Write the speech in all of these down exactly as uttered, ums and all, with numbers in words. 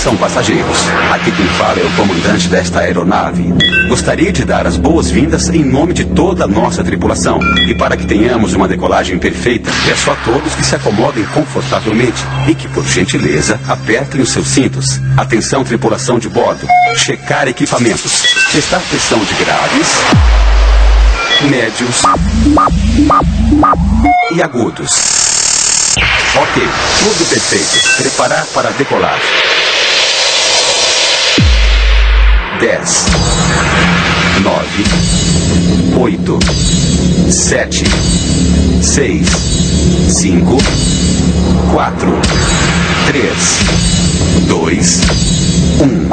Atenção, passageiros. Aqui quem fala é o comandante desta aeronave. Gostaria de dar as boas-vindas em nome de toda a nossa tripulação. E para que tenhamos uma decolagem perfeita, peço a todos que se acomodem confortavelmente e que, por gentileza, apertem os seus cintos. Atenção, tripulação de bordo. Checar equipamentos. Testar pressão de graves, médios e agudos. Ok, tudo perfeito. Preparar para decolar. Dez, nove, oito, sete, seis, cinco, quatro, três, dois, um.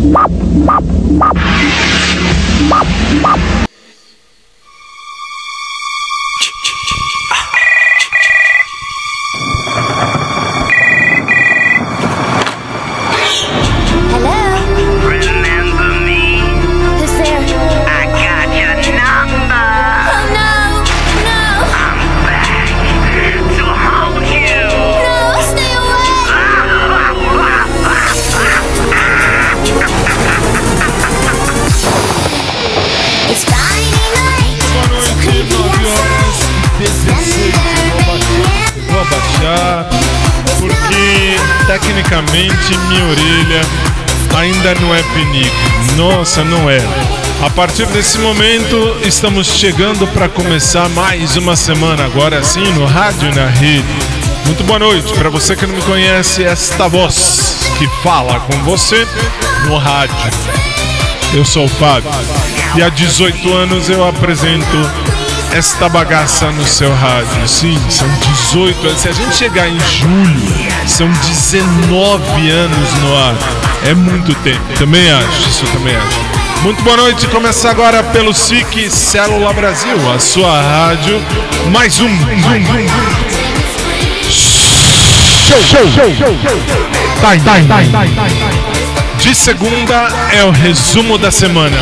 Porque tecnicamente minha orelha ainda não é pinico. Nossa, não é. A partir desse momento estamos chegando para começar mais uma semana, agora sim, no rádio e na rede. Muito boa noite para você que não me conhece, esta voz que fala com você no rádio. Eu sou o Fábio e há dezoito anos eu apresento esta bagaça no seu rádio. Sim, são dezoito anos. Se a gente chegar em julho, são dezenove anos no ar. É muito tempo. Também acho, isso eu também acho. Muito boa noite. Começa agora pelo S I C Célula Brasil, a sua rádio. Mais um. Show, show, show, show. Time, time, time. De segunda é o resumo da semana.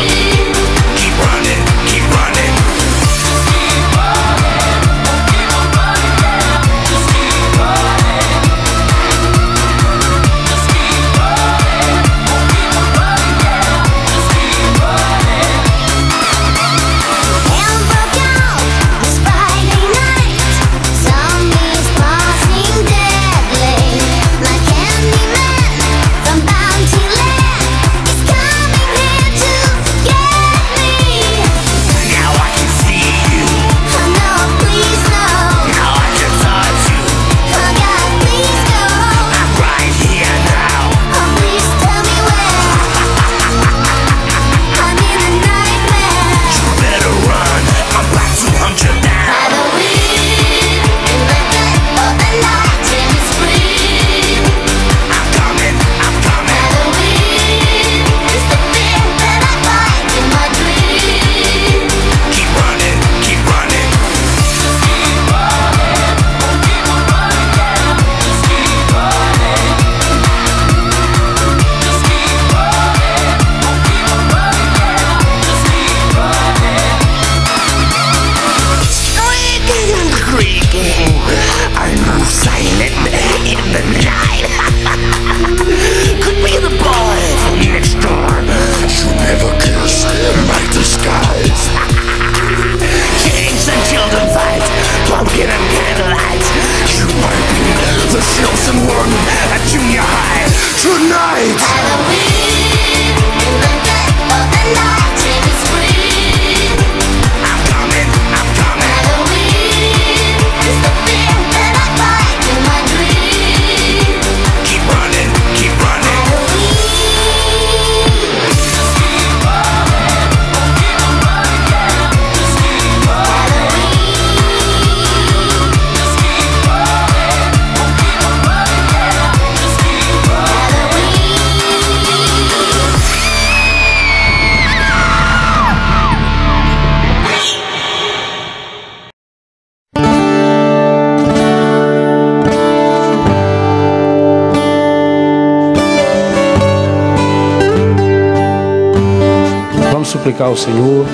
Suplicar ao Senhor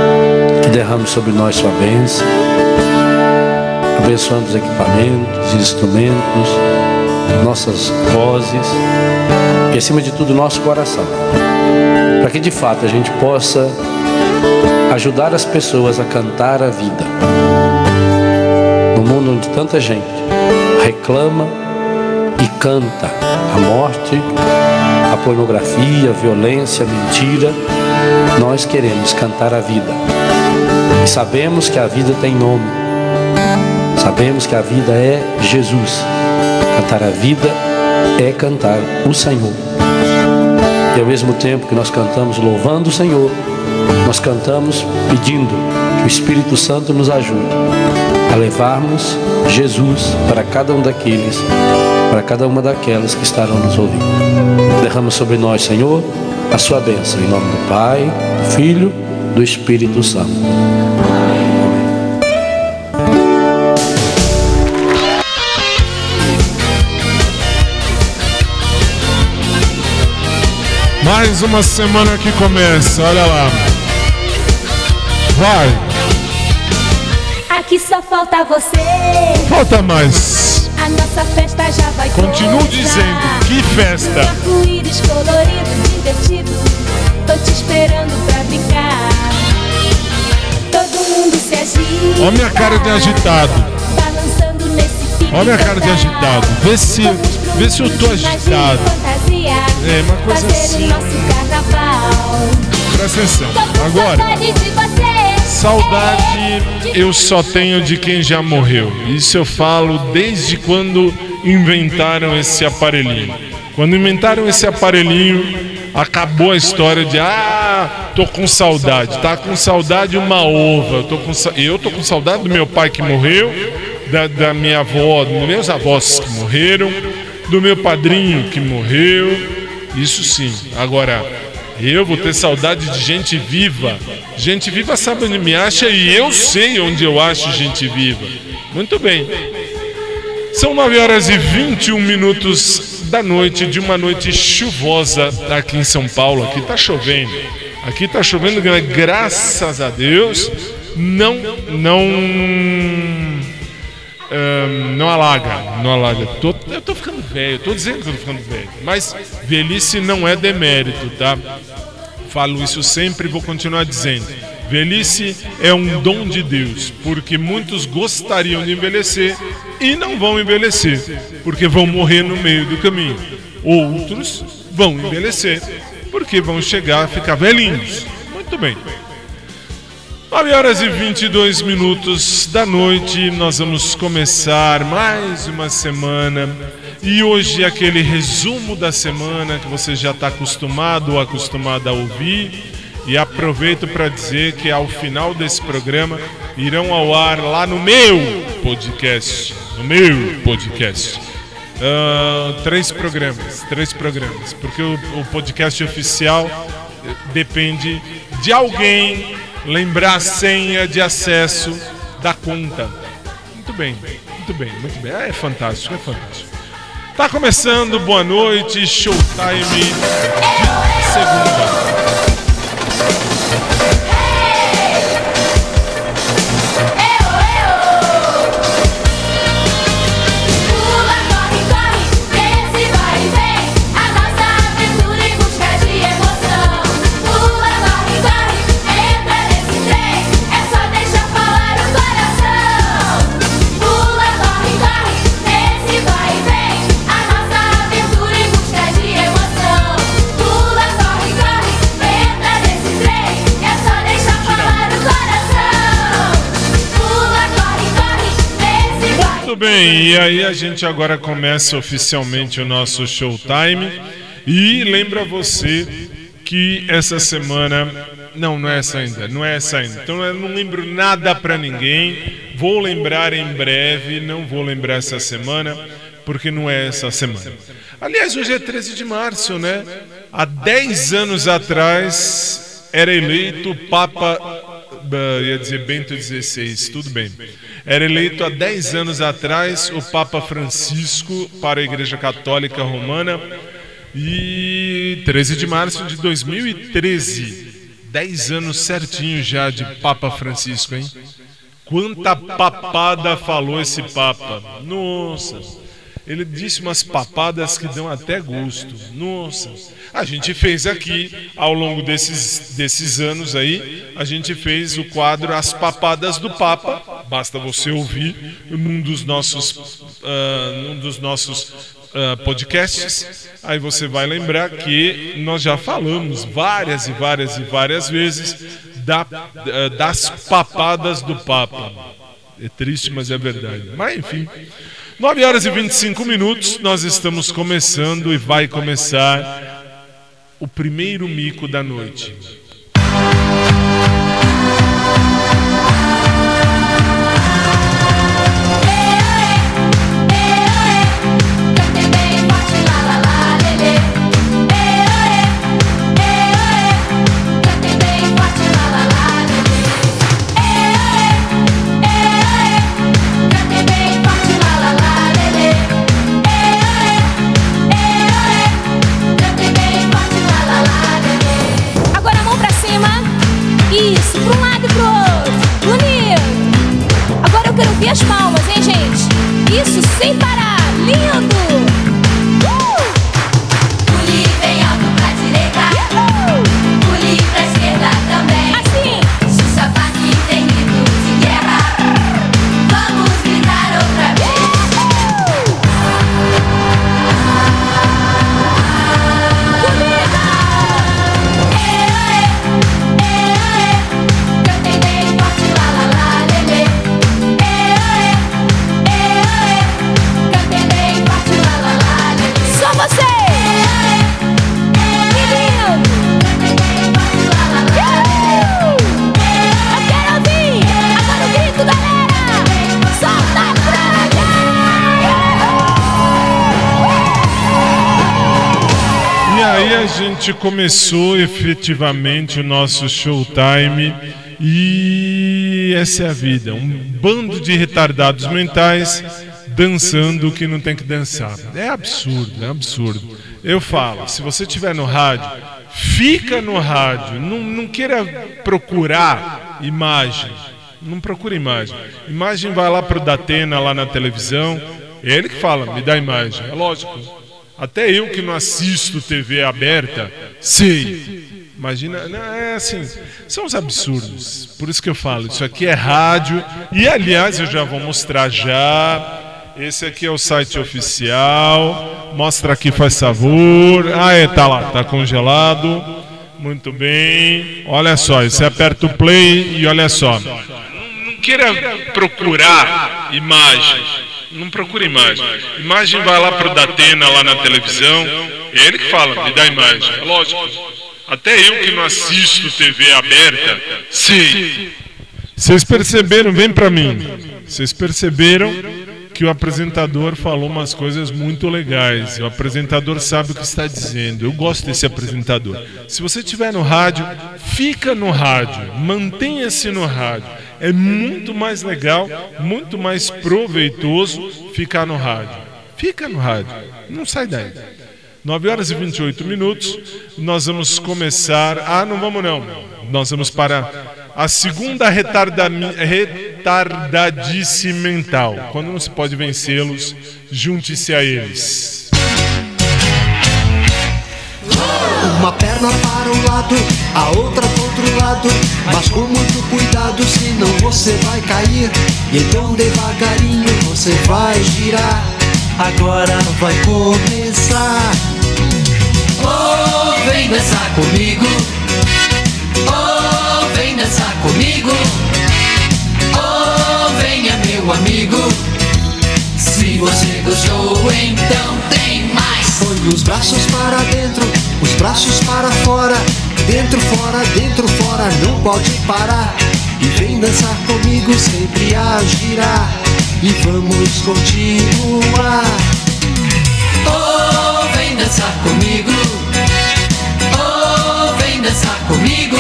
que derrame sobre nós sua bênção, abençoando os equipamentos, os instrumentos, nossas vozes e, acima de tudo, nosso coração, para que de fato a gente possa ajudar as pessoas a cantar a vida. No mundo onde tanta gente reclama e canta a morte, a pornografia, a violência, a mentira, nós queremos cantar a vida. E sabemos que a vida tem nome. Sabemos que a vida é Jesus. Cantar a vida é cantar o Senhor. E ao mesmo tempo que nós cantamos louvando o Senhor, nós cantamos pedindo que o Espírito Santo nos ajude a levarmos Jesus para cada um daqueles, para cada uma daquelas que estarão nos ouvindo. Derrama sobre nós, Senhor, a sua bênção, em nome do Pai, do Filho, do Espírito Santo. Mais uma semana que começa, olha lá. Vai. Aqui só falta você. Falta mais. A nossa festa já vai começar. Continuo dizendo, que festa. Um arco-íris colorido, divertido. Tô te esperando pra brincar. Todo mundo se agita. Olha minha cara de agitado. Balançando nesse pique. Olha minha cara de agitado. Vê se, vê se eu tô agitado. É uma coisa assim. Presta atenção. Agora, saudade eu só tenho de quem já morreu. Isso eu falo desde quando inventaram esse aparelhinho. Quando inventaram esse aparelhinho, acabou a história de ah, tô com saudade. Tá com saudade uma ova. Eu tô com, eu tô com saudade do meu pai que morreu, da, da minha avó, dos meus avós que morreram, do meu padrinho que morreu. Isso sim. Agora, eu vou ter saudade de gente viva. Gente viva sabe onde me acha e eu sei onde eu acho gente viva. Muito bem. São nove horas e vinte e um minutos da noite, de uma noite chuvosa aqui em São Paulo. Aqui tá chovendo. Aqui tá chovendo, graças a Deus. Não, não... Um, não alaga, não alaga. Tô, eu tô ficando velho, tô dizendo que eu tô ficando velho. Mas velhice não é demérito, tá? Falo isso sempre e vou continuar dizendo. Velhice é um dom de Deus, porque muitos gostariam de envelhecer e não vão envelhecer, porque vão morrer no meio do caminho. Outros vão envelhecer, porque vão chegar a ficar velhinhos. Muito bem. nove horas e vinte e dois minutos da noite, nós vamos começar mais uma semana. E hoje é aquele resumo da semana que você já está acostumado ou acostumada a ouvir. E aproveito para dizer que ao final desse programa irão ao ar lá no meu podcast. No meu podcast. Uh, três programas. Três programas. Porque o, o podcast oficial depende de alguém lembrar a senha de acesso da conta. Muito bem, muito bem, muito bem. É fantástico, é fantástico. Tá começando, boa noite, Showtime de segunda. Bem, e aí a gente agora começa oficialmente o nosso Showtime. E lembra você que essa semana... Não, não é essa ainda, não é essa ainda. Então eu não lembro nada pra ninguém. Vou lembrar em breve, não vou lembrar essa semana, porque não é essa semana. Aliás, hoje é treze de março, né? Há dez anos atrás era eleito o Papa... ia dizer Bento dezesseis, tudo bem. Era eleito há dez anos atrás o Papa Francisco para a Igreja Católica Romana. E treze de março de dois mil e treze. dez anos certinho já de Papa Francisco, hein? Quanta papada falou esse Papa. Nossa. Ele disse umas papadas que dão até gosto. Nossa, a gente fez aqui, ao longo desses, desses anos aí, a gente fez o quadro As Papadas do Papa. Basta você ouvir num dos nossos, uh, num dos nossos uh, podcasts. Aí você vai lembrar que nós já falamos várias e várias e várias vezes da, uh, das papadas do Papa. É triste, mas é verdade. Mas enfim... nove horas e vinte e cinco minutos, nós estamos começando e vai começar o primeiro mico da noite. E as palmas, hein, gente? Isso sem parar, lindo! Uh! Pule bem alto pra direita, uh! Pule pra esquerda também. Assim! Se o sapato tem grito de guerra, vamos gritar outra vez. Comida! Ê, ê, ê, cantem bem forte, lá, lá, lá, lelê. Só você! Que lindo! Eu quero ouvir! Agora o grito, galera! Solta a franga! E aí a gente começou efetivamente o nosso showtime. E essa é a vida. Um bando de retardados mentais dançando o que não tem que dançar. É absurdo, é absurdo. Eu falo, se você estiver no rádio, fica no rádio. Não, não queira procurar imagem. Não procura imagem. Imagem vai lá pro Datena, lá na televisão. É ele que fala, me dá imagem. É lógico. Até eu que não assisto T V aberta, sei. Imagina, não, é assim, são os absurdos. Por isso que eu falo, isso aqui é rádio. E aliás, eu já vou mostrar já. Esse aqui é o site oficial. Mostra aqui, faz favor. Ah, é, tá lá, tá congelado. Muito bem. Olha só, você aperta o play e olha só. Não, não queira procurar imagem. Não procura imagem. Imagem vai lá pro Datena, lá na televisão. É ele que fala, me dá imagem. É lógico. Até eu que não assisto T V aberta, sei. Vocês perceberam, vem pra mim. Vocês perceberam que o apresentador falou umas coisas muito legais. O apresentador sabe o que está dizendo. Eu gosto desse apresentador. Se você estiver no rádio, fica no rádio. Mantenha-se no rádio. É muito mais legal, muito mais proveitoso ficar no rádio. Fica no rádio. Não sai daí. nove horas e vinte e oito minutos, nós vamos começar... Ah, não vamos não. Nós vamos para a segunda retarda... retardadice mental. Quando não se pode vencê-los, junte-se a eles. Uma perna para um lado, a outra do outro lado, mas com muito cuidado, senão você vai cair. E então devagarinho você vai girar. Agora vai começar. Oh, vem dançar comigo. Oh, vem dançar comigo. Oh, venha meu amigo. Se você gostou, então tem mais. Põe os braços para dentro, os braços para fora. Dentro, fora, dentro, fora, não pode parar. E vem dançar comigo, sempre a girar. E vamos continuar. Oh, vem dançar comigo. Oh, vem dançar comigo.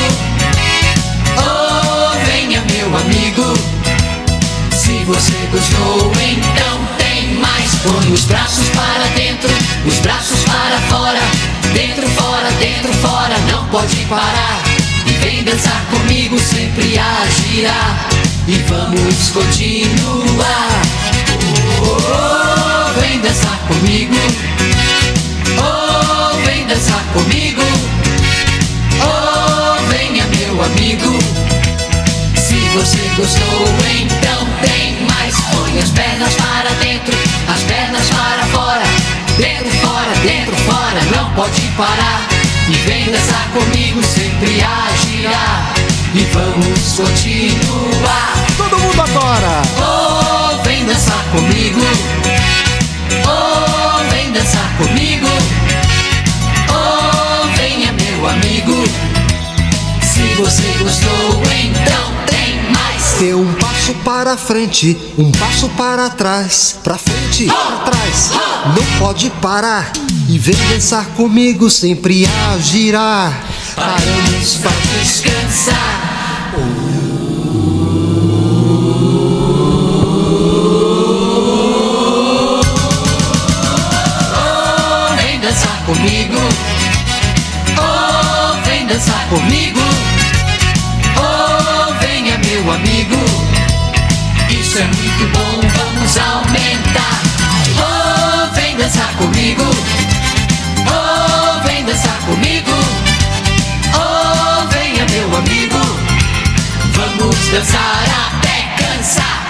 Oh, venha meu amigo. Se você gostou, então tem mais. Põe os braços para dentro, os braços para fora. Dentro, fora, dentro, fora, não pode parar. E vem dançar comigo, sempre a girar. E vamos continuar. Oh, vem vem dançar comigo. Oh, vem dançar comigo. Oh, venha meu amigo. Se você gostou, então tem mais. Põe as pernas para dentro, as pernas para fora. Dentro, fora, dentro, fora, não pode parar. E vem dançar comigo, sempre a girar. E vamos continuar. Todo mundo agora. Oh, vem dançar comigo. Oh, vem dançar comigo. Oh, venha meu amigo. Se você gostou, então tem mais. Dê um passo para frente, um passo para trás. Pra frente, pra trás, não pode parar. E vem dançar comigo, sempre a girar. Paramos pra descansar. Oh, vem dançar comigo. Oh, vem dançar comigo. Oh, venha meu amigo. Isso é muito bom, vamos aumentar. Oh, vem dançar comigo. Oh, vem dançar comigo. Oh, venha meu amigo. Vamos dançar até cansar.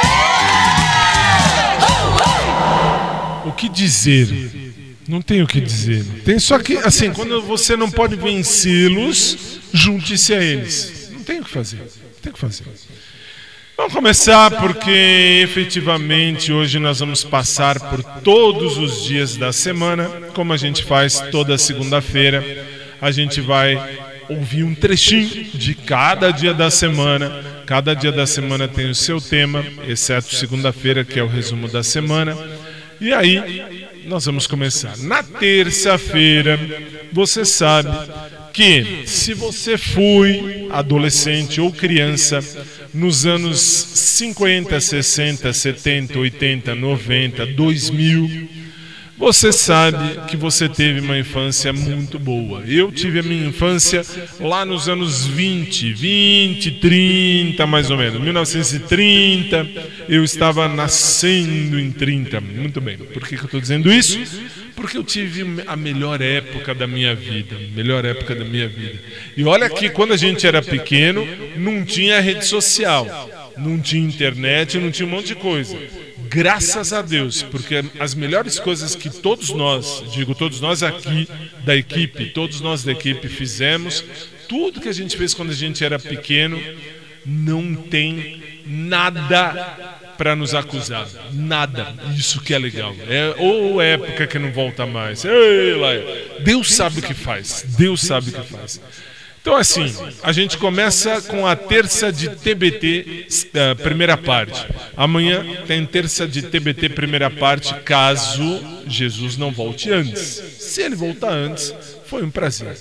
O que dizer? Não tem o que dizer. Tem só que, assim, quando você não pode vencê-los, junte-se a eles. Não tem o que fazer. Não tem o que fazer. Vamos começar porque efetivamente hoje nós vamos passar por todos os dias da semana, como a gente faz toda segunda-feira. A gente vai ouvir um trechinho de cada dia da semana. Cada dia da semana tem o seu tema, exceto segunda-feira, que é o resumo da semana. E aí, nós vamos começar. Na terça-feira, você sabe que se você foi adolescente ou criança nos anos cinquenta, sessenta, setenta, oitenta, noventa, dois mil, você sabe que você teve uma infância muito boa. Eu tive a minha infância lá nos anos vinte, vinte, trinta mais ou menos, mil novecentos e trinta, eu estava nascendo em trinta. Muito bem, por que que eu estou dizendo isso? Porque eu tive a melhor época da minha vida, melhor época da minha vida. E olha que quando a gente era pequeno, não tinha rede social, não tinha internet, não tinha um monte de coisa. Graças a Deus, porque as melhores coisas que todos nós, digo todos nós aqui da equipe, todos nós da equipe fizemos, tudo que a gente fez quando a gente era pequeno, não tem nada para nos acusar, nada. Isso que é legal. É ou época que não volta mais. Ei, lá, Deus sabe o que faz. Deus sabe o que faz. Então, assim, a gente começa com a terça de T B T, uh, primeira parte. Amanhã tem terça de T B T, primeira parte, caso Jesus não volte antes. Se ele voltar antes, foi um prazer.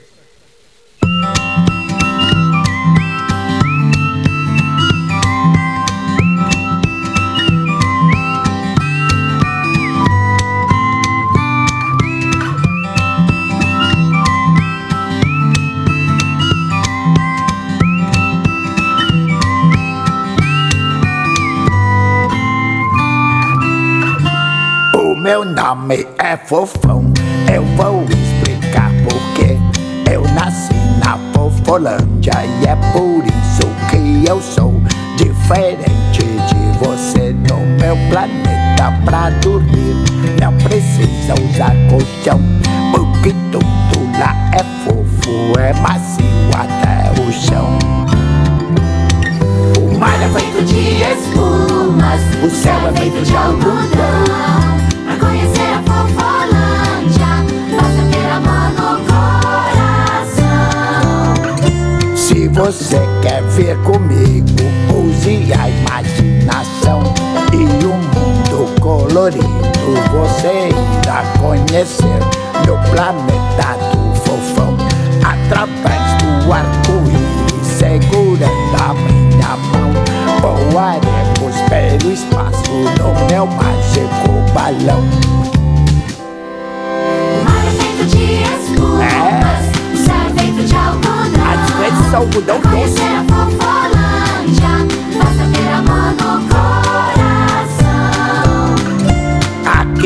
Meu nome é Fofão, eu vou explicar porquê. Eu nasci na Fofolândia e é por isso que eu sou diferente de você. No meu planeta pra dormir não precisa usar colchão, porque tudo lá é fofo, é macio até o chão. O mar é feito de espumas, o céu é feito de algodão. Pra conhecer a Fofolândia, basta ter a mão no coração. Se você quer vir comigo, use a imaginação. E um mundo colorido você irá conhecer. Meu planeta do Fofão, através do arco-íris, segurando a minha mão. Voaremos pelo espaço no meu mágico balão. O mar é feito de espumas, é. O céu é feito de algodão. Às vezes algodão doce. Conhecer a Fofolândia, basta ter a mão no coração.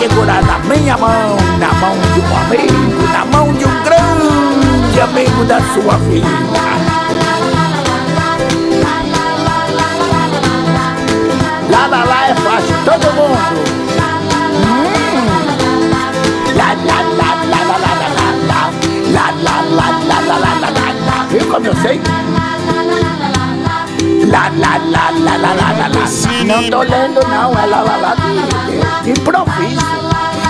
segurar na minha mão, na mão de um amigo, na mão de um grande amigo da sua vida. Lá, lá, lá é fácil, todo mundo. Hum. Lá, lá, lá, lá, lá, lá, lá, lá. Lá, lá, lá, lá, lá, lá, lá, lá. Viu como eu sei? Lá, lá, lá, lá, lá, lá, lá, lá. Não tô lendo não, é lá, lá, lá de, de improviso.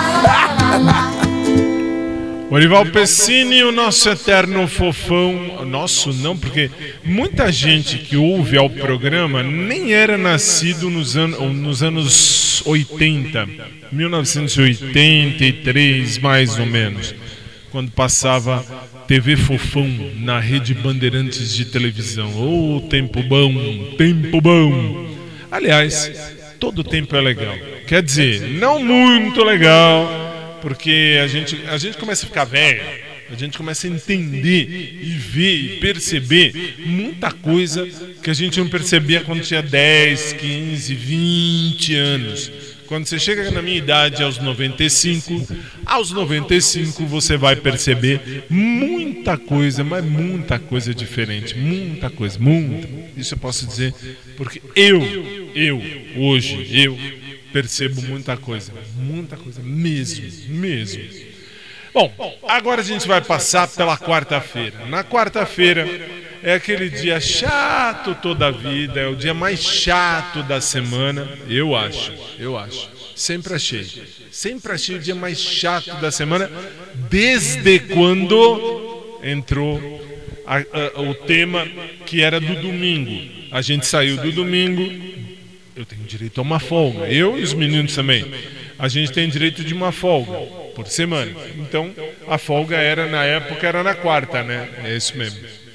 Orival Pessini, o nosso eterno fofão. Nosso não, porque muita gente que ouve ao programa nem era nascido nos, an nos anos oitenta, mil novecentos e oitenta e três mais ou menos, quando passava T V Fofão na Rede Bandeirantes de televisão. Oh, tempo bom, tempo bom. Aliás, todo tempo é legal. Quer dizer, não muito legal, porque a gente, a gente começa a ficar velho, a gente começa a entender e ver e perceber muita coisa que a gente não percebia quando tinha dez, quinze, vinte anos. Quando você chega na minha idade, aos noventa e cinco, aos noventa e cinco você vai perceber muita coisa, mas muita coisa diferente, muita coisa, muita. Isso eu posso dizer, porque eu, eu, hoje, eu percebo muita coisa, muita coisa mesmo, mesmo. Bom, agora a gente vai passar pela quarta-feira. Na quarta-feira é aquele dia chato toda a vida, é o dia mais chato da semana, eu acho, eu acho. Sempre achei, sempre achei o dia mais chato da semana, desde quando entrou a, a, o tema que era do domingo. A gente saiu do domingo, eu tenho direito a uma folga, eu e os meninos também. A gente tem direito de uma folga por semana. Então, a folga era, na época, era na quarta, né? É isso mesmo.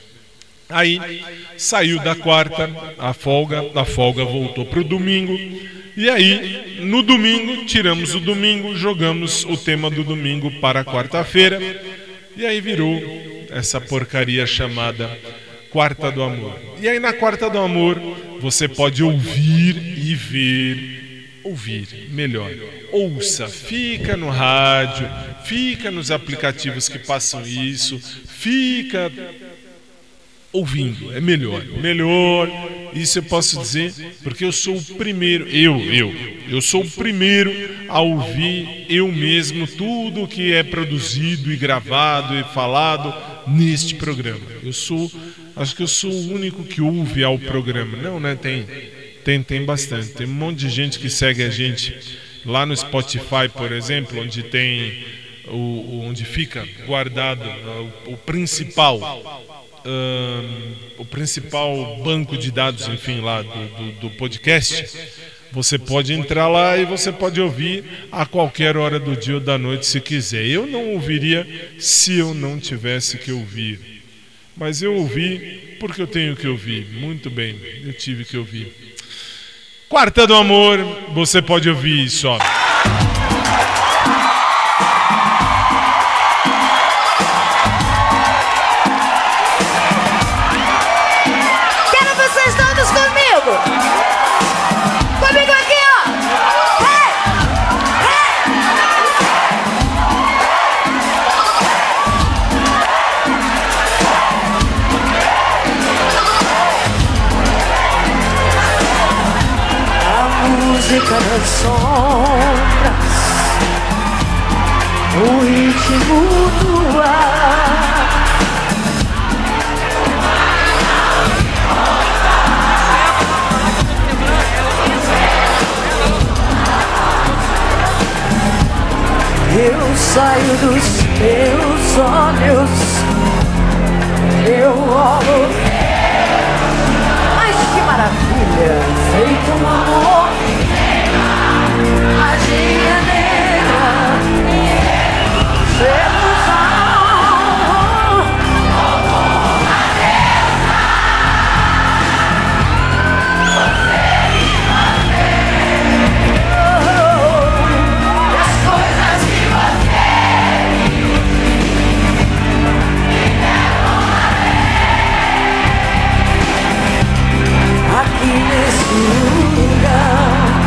Aí, saiu da quarta, a folga, a folga voltou para o domingo. E aí, no domingo, tiramos o domingo, jogamos o tema do domingo para a quarta-feira. E aí virou essa porcaria chamada Quarta do Amor. E aí, na Quarta do Amor, você pode ouvir e ver. Ouvir, melhor. Ouça, fica no rádio, fica nos aplicativos que passam isso, fica ouvindo, é melhor, melhor. Isso eu posso dizer porque eu sou o primeiro, eu, eu, eu sou o primeiro a ouvir eu mesmo tudo que é produzido e gravado e falado neste programa. Eu sou, acho que eu sou o único que ouve ao programa. Não, né? Tem, tem, tem bastante. Tem um monte de gente que segue a gente lá no Spotify, por exemplo, onde tem o, onde fica guardado o, o principal. Um, o principal banco de dados, enfim, lá do, do, do podcast. Você pode entrar lá e você pode ouvir a qualquer hora do dia ou da noite se quiser. Eu não ouviria se eu não tivesse que ouvir, mas eu ouvi porque eu tenho que ouvir. Muito bem, eu tive que ouvir. Quarta do Amor, você pode ouvir só. Comigo aqui, ó! Hey! A música das sombras, o ritmo do ar. Eu saio dos teus olhos, eu olho. Mas que maravilha, feito um amor. Magia negra, sedução. Aqui nesse lugar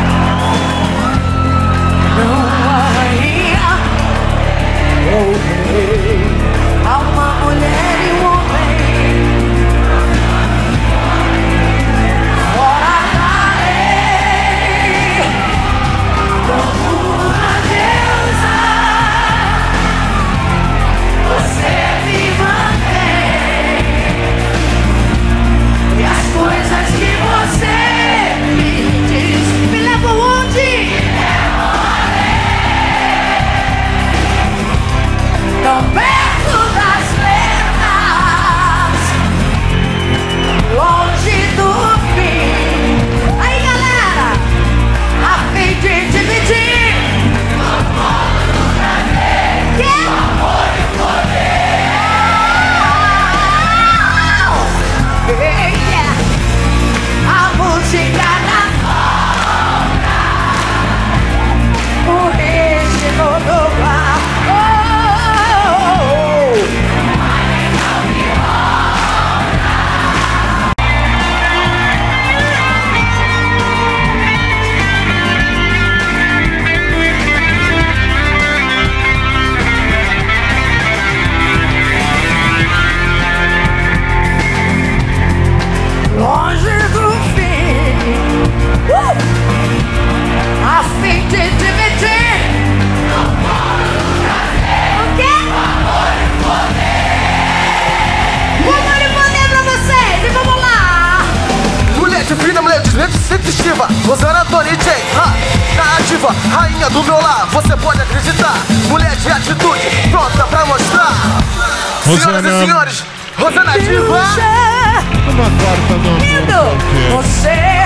rainha do meu lar, você pode acreditar. Mulher de atitude, pronta pra mostrar. Senhoras e senhores, Rosana Diva. Uma quarta do amor. Você,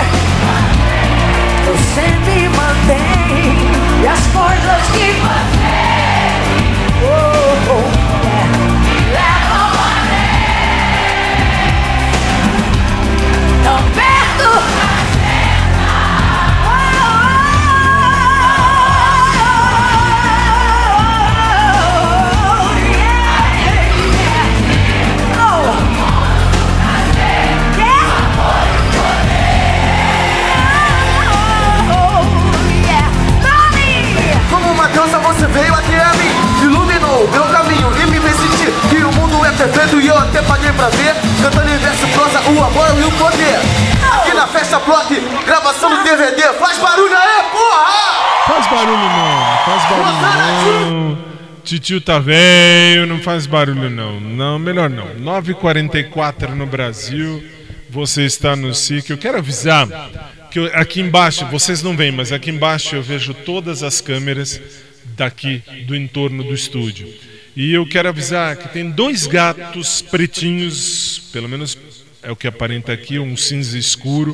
você me mantém. E as coisas que você oh, oh, yeah, levam a mim tão perto. Você veio até a mim, iluminou meu caminho e me fez sentir que o mundo é perfeito e eu até paguei pra ver. Cantando em verso, prosa, o amor e o poder. Aqui na festa Block, gravação do D V D. Faz barulho aí, porra! Faz barulho não, faz barulho não. Titio tá velho, não faz barulho não. Não, melhor não. nove e quarenta e quatro no Brasil, você está no S I C. Eu quero avisar que eu, aqui embaixo, vocês não veem, mas aqui embaixo eu vejo todas as câmeras daqui do entorno do estúdio. E eu quero avisar que tem dois gatos pretinhos, pelo menos é o que aparenta aqui, um cinza escuro,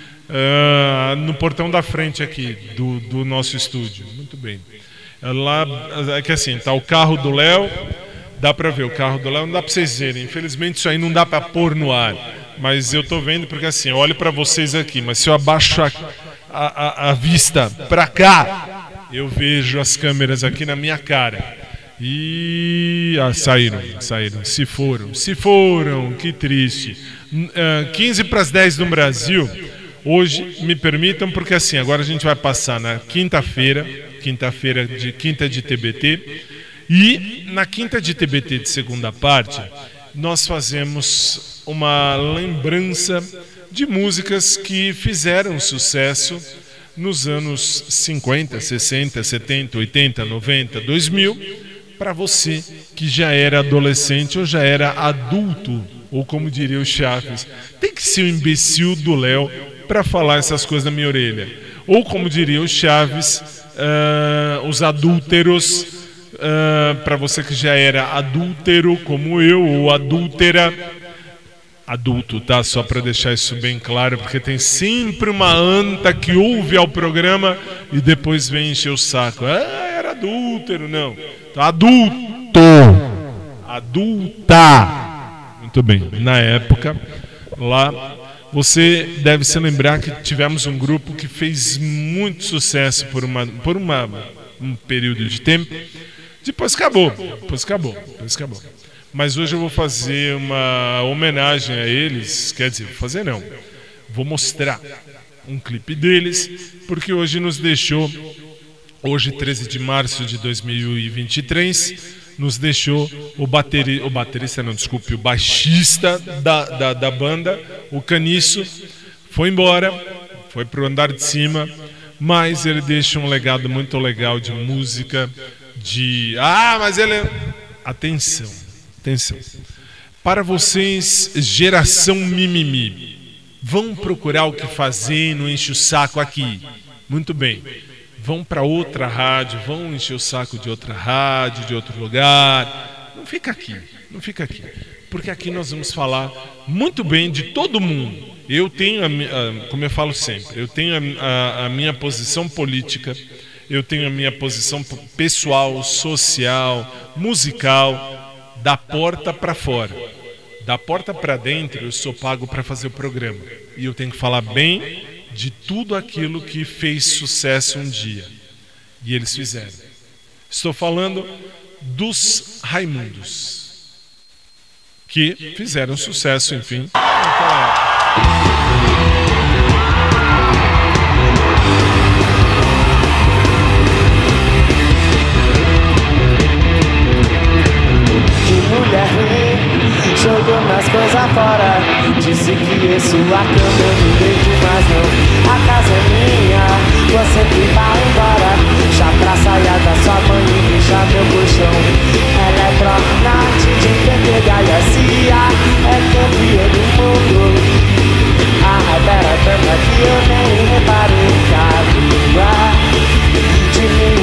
uh, no portão da frente aqui do, do nosso estúdio. Muito bem. Lá, é que assim, tá o carro do Léo, dá pra ver o carro do Léo, não dá pra vocês verem. Infelizmente isso aí não dá pra pôr no ar. Mas eu tô vendo porque assim, eu olho pra vocês aqui, mas se eu abaixo a, a, a vista pra cá, eu vejo as câmeras aqui na minha cara. E... Ah, saíram, saíram. Se foram, se foram, que triste. Uh, quinze para as dez no Brasil. Hoje, me permitam, porque assim, agora a gente vai passar na quinta-feira, quinta-feira de quinta de T B T. E na quinta de T B T de segunda parte, nós fazemos uma lembrança de músicas que fizeram sucesso nos anos cinquenta, sessenta, setenta, oitenta, noventa, dois mil, para você que já era adolescente ou já era adulto, ou como diria o Chaves, tem que ser o imbecil do Léo para falar essas coisas na minha orelha. Ou como diria o Chaves, uh, os adúlteros, uh, para você que já era adúltero como eu, ou adúltera, adulto, tá? Só para deixar isso bem claro, porque tem sempre uma anta que ouve ao programa e depois vem encher o saco. Ah, era adúltero, não. Adulto. Adulta. Muito bem. Na época, lá, você deve se lembrar que tivemos um grupo que fez muito sucesso por, uma, por uma, um período de tempo. Depois acabou. Depois acabou. Depois acabou. Mas hoje eu vou fazer uma homenagem a eles, quer dizer, vou fazer não, vou mostrar um clipe deles, porque hoje nos deixou, hoje treze de março de dois mil e vinte e três, nos deixou o, bateri, o baterista, não, desculpe, o baixista da, da, da banda, o Caniço, foi embora, foi pro andar de cima, mas ele deixa um legado muito legal de música, de... Ah, mas ele... Atenção. Atenção. Para vocês, geração mimimi, vão procurar o que fazer e não enche o saco aqui. Muito bem. Vão para outra rádio, vão encher o saco de outra rádio, de outro lugar. Não fica aqui, não fica aqui. Porque aqui nós vamos falar muito bem de todo mundo. Eu tenho, a, a, como eu falo sempre, eu tenho a, a, a minha posição política, eu tenho a minha posição pessoal, social, musical, da porta para fora. Da porta para dentro, eu sou pago para fazer o programa. E eu tenho que falar bem de tudo aquilo que fez sucesso um dia. E eles fizeram. Estou falando dos Raimundos, que fizeram sucesso, enfim. Jogou mais coisa fora. Disse que em sua cama eu não vejo mais não. A casa é minha, você que vai embora. Já pra saia da sua mãe e deixar meu colchão. Eletronorte de P T Gaiacia é campeã do mundo. A raiva era tanta que eu nem reparei. Que a língua de mim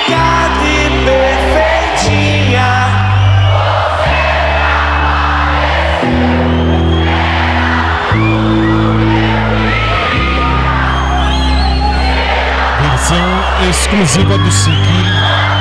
delicada e perfeitinha. Versão exclusiva do S I C.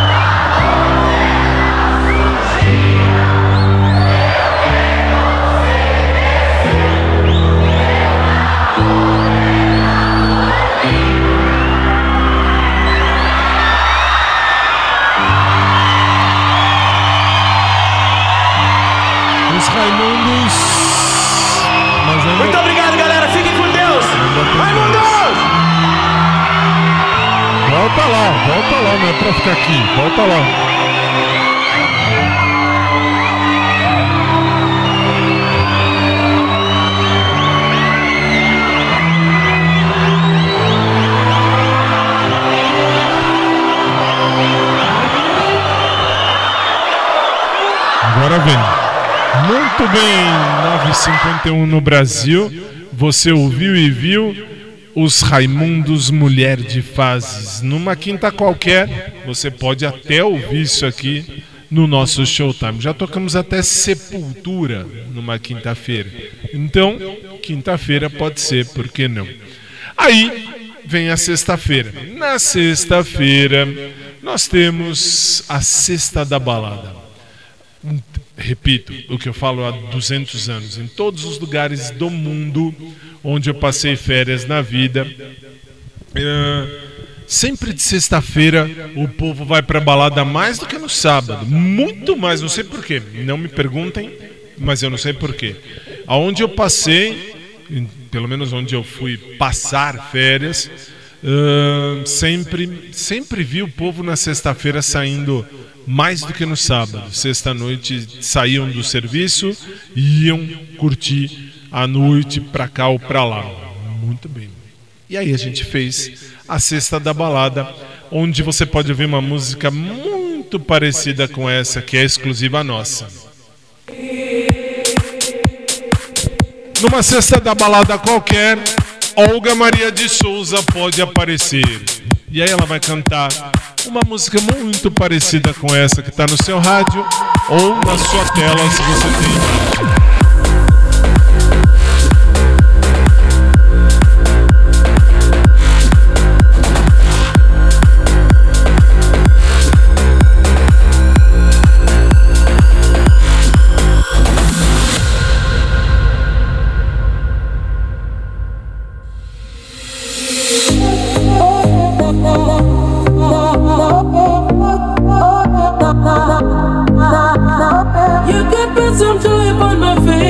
Raimundos. Mas ainda... Muito obrigado, galera. Fiquem com Deus. Raimundos! Volta lá, volta lá, não é pra ficar aqui. Volta lá. Agora vem. Muito bem, nove e cinquenta e um no Brasil. Você ouviu e viu os Raimundos Mulher de Fases. Numa quinta qualquer, você pode até ouvir isso aqui no nosso Showtime. Já tocamos até Sepultura numa quinta-feira. Então, quinta-feira pode ser, por que não? Aí vem a sexta-feira. Na sexta-feira, nós temos a Sexta da Balada. Repito o que eu falo há duzentos anos. Em todos os lugares do mundo onde eu passei férias na vida, uh, sempre de sexta-feira o povo vai pra balada mais do que no sábado. Muito mais, não sei porquê. Não me perguntem, mas eu não sei porquê. Aonde eu passei, pelo menos onde eu fui passar férias, uh, sempre, sempre vi o povo na sexta-feira saindo mais do que no sábado. Sexta-noite saíam do serviço e iam curtir a noite pra cá ou pra lá. Muito bem. E aí a gente fez a Sexta da Balada, onde você pode ouvir uma música muito parecida com essa, que é exclusiva nossa. Numa Sexta da Balada qualquer, Olga Maria de Souza pode aparecer. E aí ela vai cantar uma música muito parecida com essa que está no seu rádio ou na sua tela, se você tem. You can put some joy upon my face.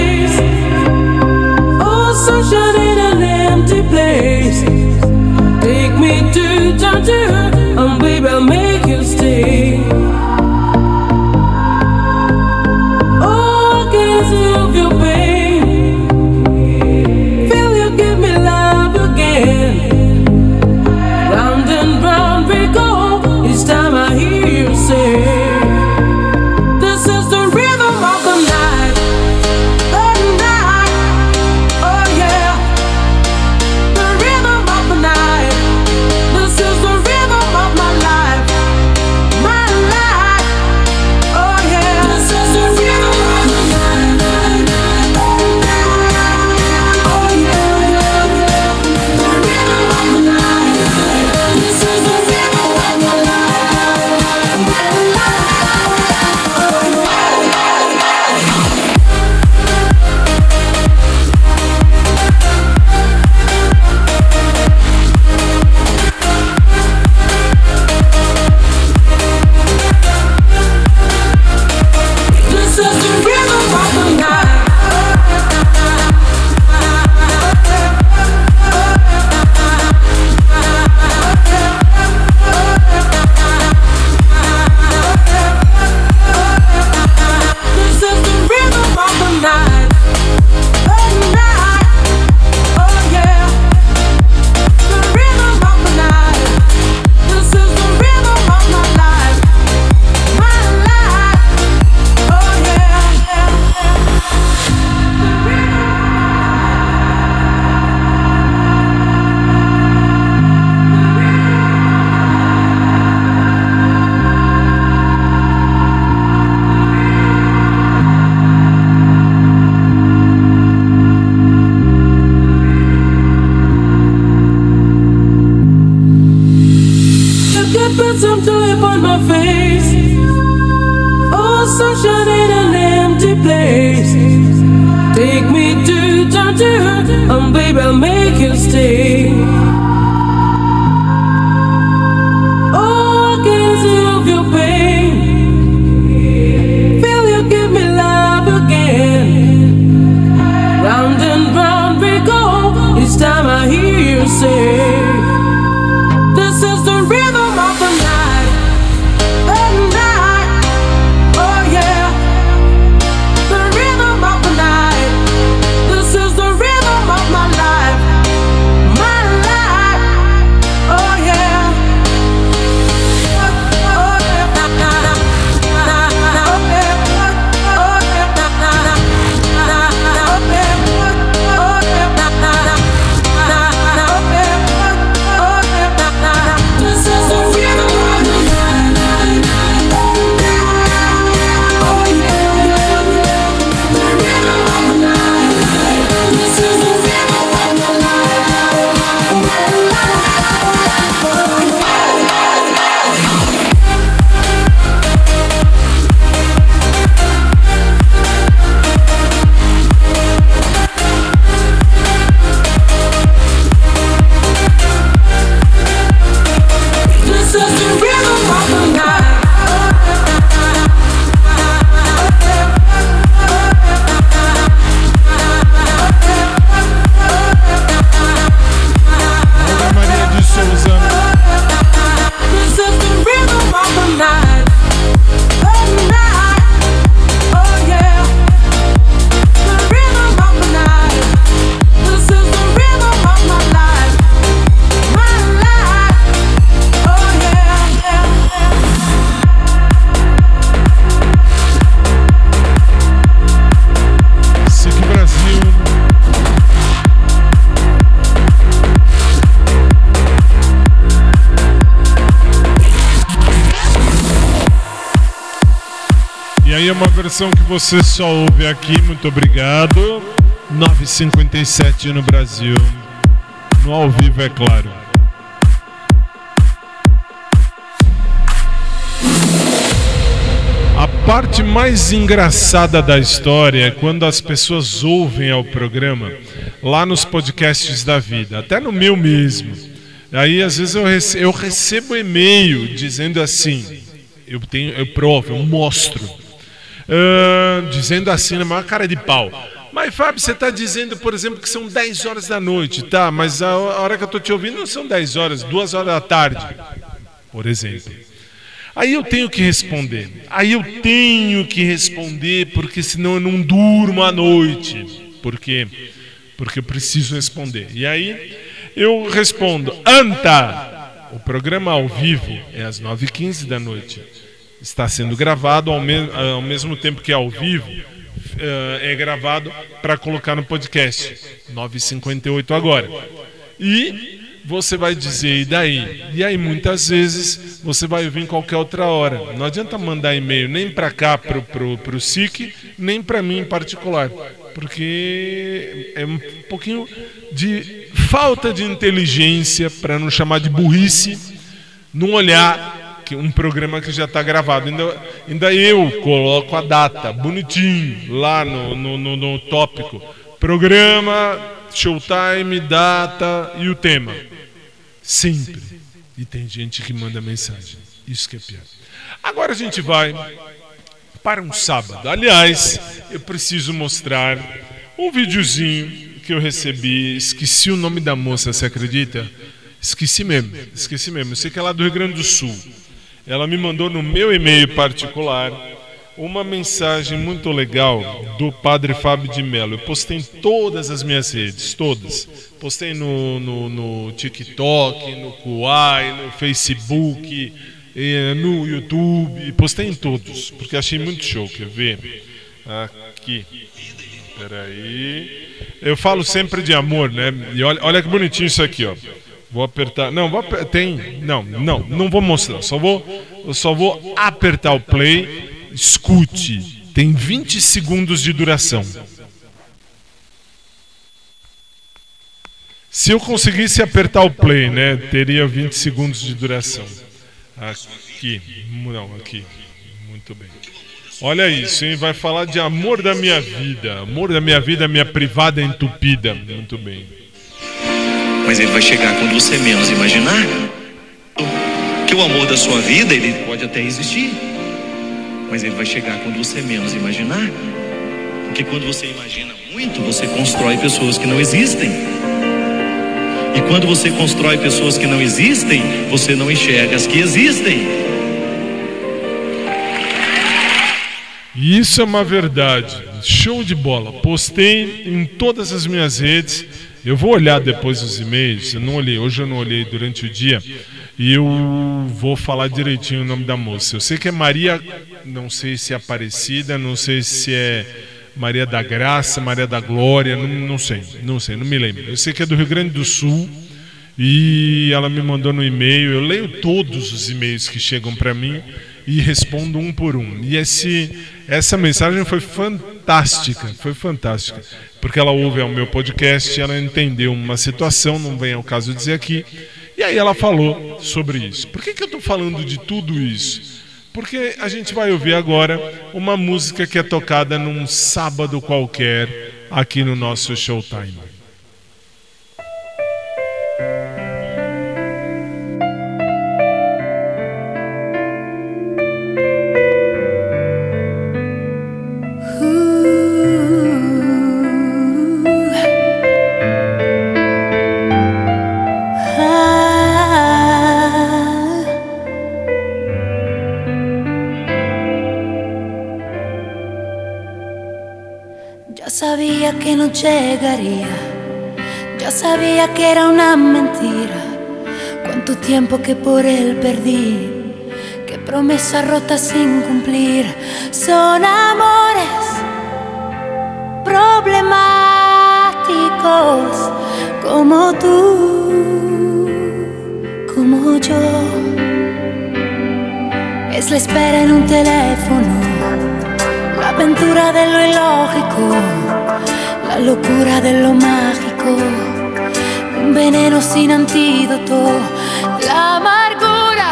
put some joy upon my face. Oh, sunshine in an empty place. Take me to Georgia, and baby, I'll make you stay. Oh, I can see of your pain. Feel you give me love again. Round and round we go. Each time I hear you say. É uma versão que você só ouve aqui, muito obrigado. nove e cinquenta e sete no Brasil. No ao vivo, é claro. A parte mais engraçada da história é quando as pessoas ouvem ao programa lá nos podcasts da vida, até no meu mesmo. Aí às vezes eu recebo, eu recebo e-mail dizendo assim, eu tenho, eu provo, eu mostro. Uh, dizendo assim na maior cara de pau. Mas Fábio, você está dizendo, por exemplo, que são dez horas da noite, tá? Mas a hora que eu estou te ouvindo não são dez horas, duas horas da tarde, por exemplo. Aí eu tenho que responder. Aí eu tenho que responder, porque senão eu não durmo à noite. Por quê? Porque eu preciso responder. E aí eu respondo: Anta! O programa ao vivo é às nove e quinze da noite. Está sendo gravado ao, me- ao mesmo tempo que é ao vivo, uh, é gravado para colocar no podcast. nove e cinquenta e oito agora. E você vai dizer, e daí? E aí muitas vezes você vai ouvir em qualquer outra hora. Não adianta mandar e-mail nem para cá, pro, pro, pro S I C, nem para mim em particular. Porque é um pouquinho de falta de inteligência, para não chamar de burrice, não olhar um programa que já está gravado. Ainda, ainda eu coloco a data bonitinho lá no, no, no, no tópico. Programa, showtime, data e o tema. Sempre. E tem gente que manda mensagem. Isso que é pior. Agora a gente vai para um sábado. Aliás, eu preciso mostrar um videozinho que eu recebi. Esqueci o nome da moça, você acredita? Esqueci mesmo, esqueci mesmo. Eu sei que é lá do Rio Grande do Sul. Ela me mandou no meu e-mail particular uma mensagem muito legal do Padre Fábio de Mello. Eu postei em todas as minhas redes, todas. Postei no, no, no TikTok, no Kuai, no Facebook, no YouTube. Postei em todos, porque achei muito show. Quer ver? Aqui. Peraí. Eu falo sempre de amor, né? E olha, olha que bonitinho isso aqui, ó. Vou apertar. Não, vou aper... tem. Não, não, não vou mostrar. Só vou, eu só vou apertar o play. Escute. Tem vinte segundos de duração. Se eu conseguisse apertar o play, né, teria vinte segundos de duração. Aqui, não, aqui. Muito bem. Olha isso, hein? Vai falar de amor da minha vida. Amor da minha vida, minha privada entupida. Muito bem. Mas ele vai chegar quando você menos imaginar. Que o amor da sua vida, ele pode até existir. Mas ele vai chegar quando você menos imaginar. Porque quando você imagina muito, você constrói pessoas que não existem. E quando você constrói pessoas que não existem, você não enxerga as que existem. Isso é uma verdade. Show de bola. Postei em todas as minhas redes. Eu vou olhar depois os e-mails. Eu não olhei, hoje eu não olhei durante o dia. E eu vou falar direitinho o nome da moça. Eu sei que é Maria, não sei se é Aparecida, não sei se é Maria da Graça, Maria da Glória, não, não sei, não sei, não me lembro. Eu sei que é do Rio Grande do Sul e ela me mandou no e-mail. Eu leio todos os e-mails que chegam para mim e respondo um por um. E esse, essa mensagem foi fantástica, foi fantástica, porque ela ouve o meu podcast, ela entendeu uma situação, não vem ao caso dizer aqui, e aí ela falou sobre isso. Por que que eu estou falando de tudo isso? Porque a gente vai ouvir agora uma música que é tocada num sábado qualquer aqui no nosso Showtime. Que no llegaría, yo sabía que era una mentira. Cuánto tiempo que por él perdí, qué promesas rotas sin cumplir. Son amores problemáticos como tú, como yo. Es la espera en un teléfono, la aventura de lo ilógico, la locura de lo mágico, un veneno sin antídoto, la amargura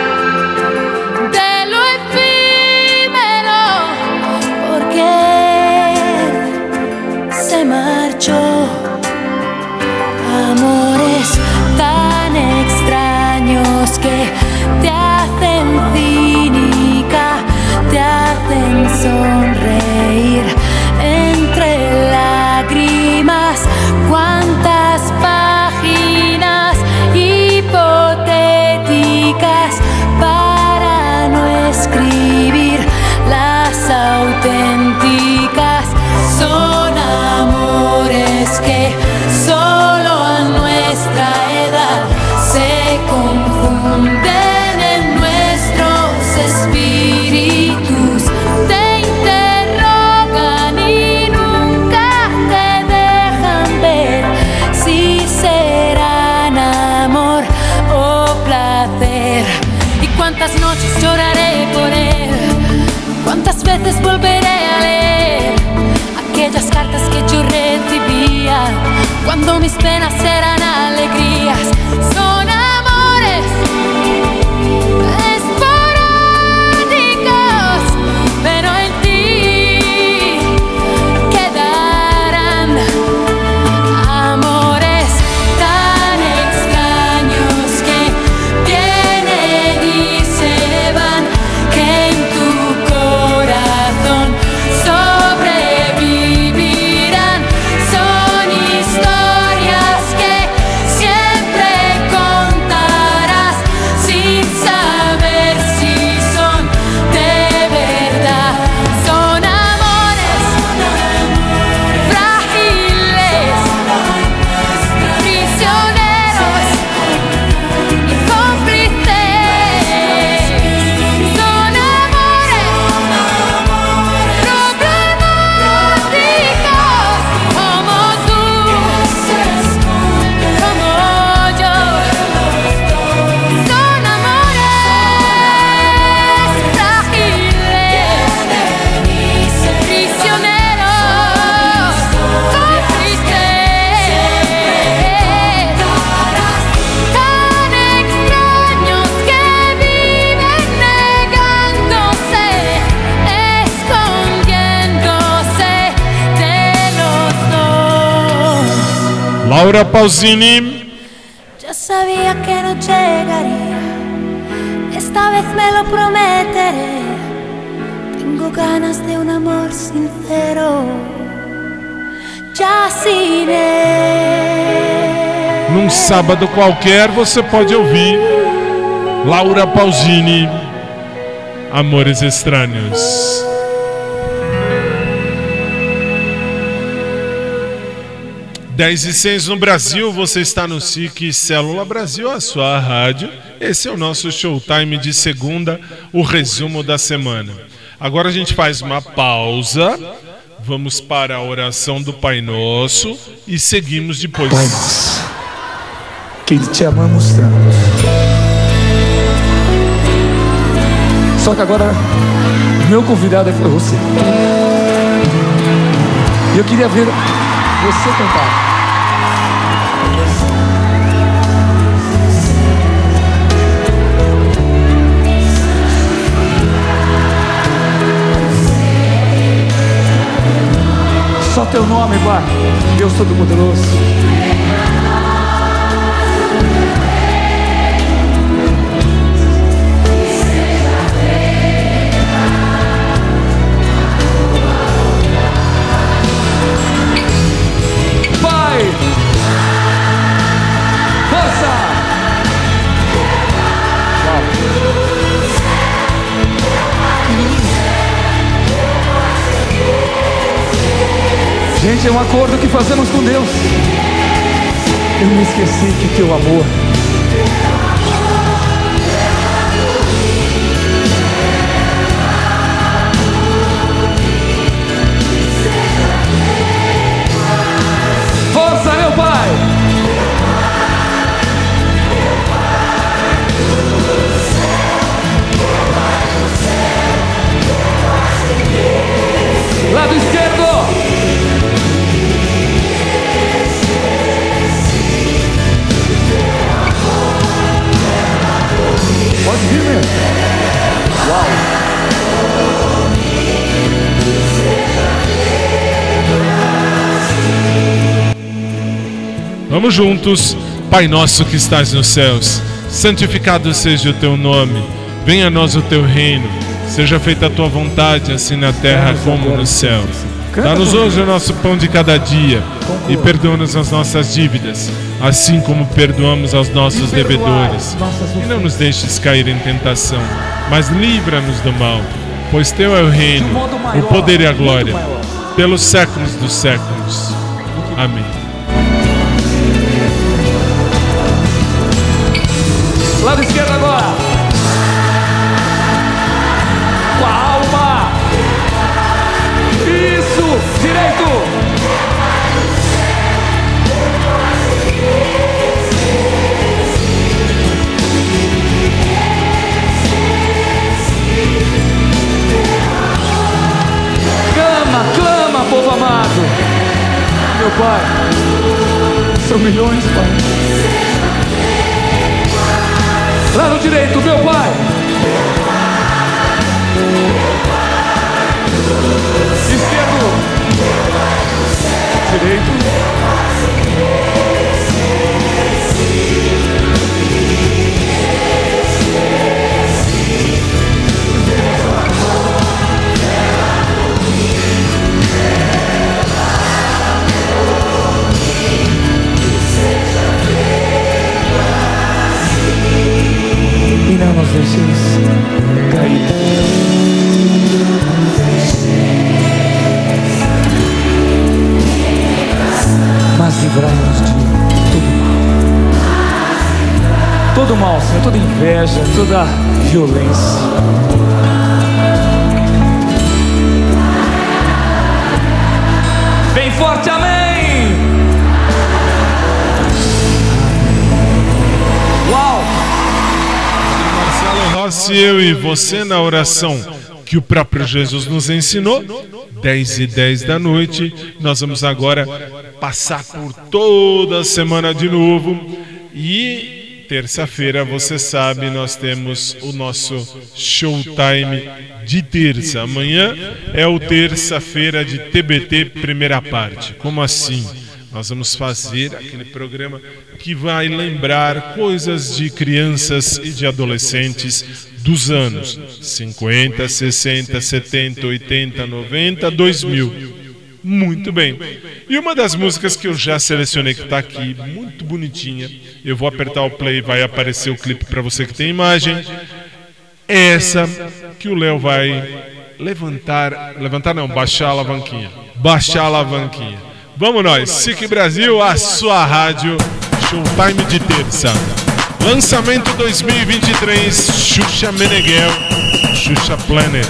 de lo efímero, porque se marchó. Amores tan extraños que te hacen cínica, te hacen sonreír entre lágrimas. Cuántas páginas hipotéticas para no escribir las auténticas. Son amores que solo a nuestra edad se confunden en nuestros espíritus. Te interrogan y nunca te dejan ver si serán amor o placer. Y cuántas noches lloraré por él, cuántas veces volveré a leer aquellas cartas que yo recibía cuando mis penas eran alegrías. Son amores esporádicos, pero en ti quedarán amores tan extraños que vienen y se van, que en tu corazón sobrevivirán. Son historias que Laura Pausini. Ya sabía que no llegaría, esta vez me lo prometeré. Tengo ganas de un amor sincero, já irei. Num sábado qualquer você pode ouvir Laura Pausini, Amores Estranhos. dez e seis no Brasil, você está no S I C Célula Brasil, a sua rádio. Esse é o nosso Showtime de segunda, o resumo da semana. Agora a gente faz uma pausa, vamos para a oração do Pai Nosso e seguimos depois. Pai Nosso, que te amamos tanto. Só que agora, meu convidado é você. E eu queria ver você cantar. Só teu nome, Pai, Deus Todo-Poderoso. Pai, força! Gente, é um acordo que fazemos com Deus. Eu me esqueci que teu amor força, meu Pai! Lado esquerdo! Pode vir mesmo. Uau! Vamos juntos. Pai nosso que estás nos céus, santificado seja o teu nome. Venha a nós o teu reino. Seja feita a tua vontade, assim na terra como no céu. Dá-nos hoje o nosso pão de cada dia e perdoa-nos as nossas dívidas, assim como perdoamos aos nossos devedores. E não nos deixes cair em tentação, mas livra-nos do mal, pois teu é o reino, o poder e a glória, pelos séculos dos séculos. Amém. Lado esquerdo agora. Com a alma. Isso, direito. Clama, clama, povo amado. Meu Pai, são milhões, Pai. Lado direito, meu Pai. Esquerdo. Direito. E não nos deixeis cair. Mas livrai-nos de todo mal. Todo mal, Senhor, toda inveja, toda violência. Bem forte, amém! Uau! Marcelo Rossi, eu e você na oração que o próprio Jesus nos ensinou, dez e dez da noite. Nós vamos agora passar por toda a semana de novo. E terça-feira, você sabe, nós temos o nosso Showtime de terça. Amanhã é o terça-feira de T B T primeira parte. Como assim? Nós vamos fazer aquele programa que vai lembrar coisas de crianças e de adolescentes dos anos cinquenta, sessenta, setenta, oitenta, noventa, dois mil. Muito bem. E uma das músicas que eu já selecionei, que está aqui, muito bonitinha, eu vou apertar o play e vai aparecer o clipe para você que tem imagem. É essa que o Léo vai levantar, levantar não, baixar a alavanquinha. Baixar a alavanquinha. Vamos nós, S I C Brasil, a sua rádio, Showtime de terça. Lançamento dois mil e vinte e três, Xuxa Meneghel, Xuxa Planet.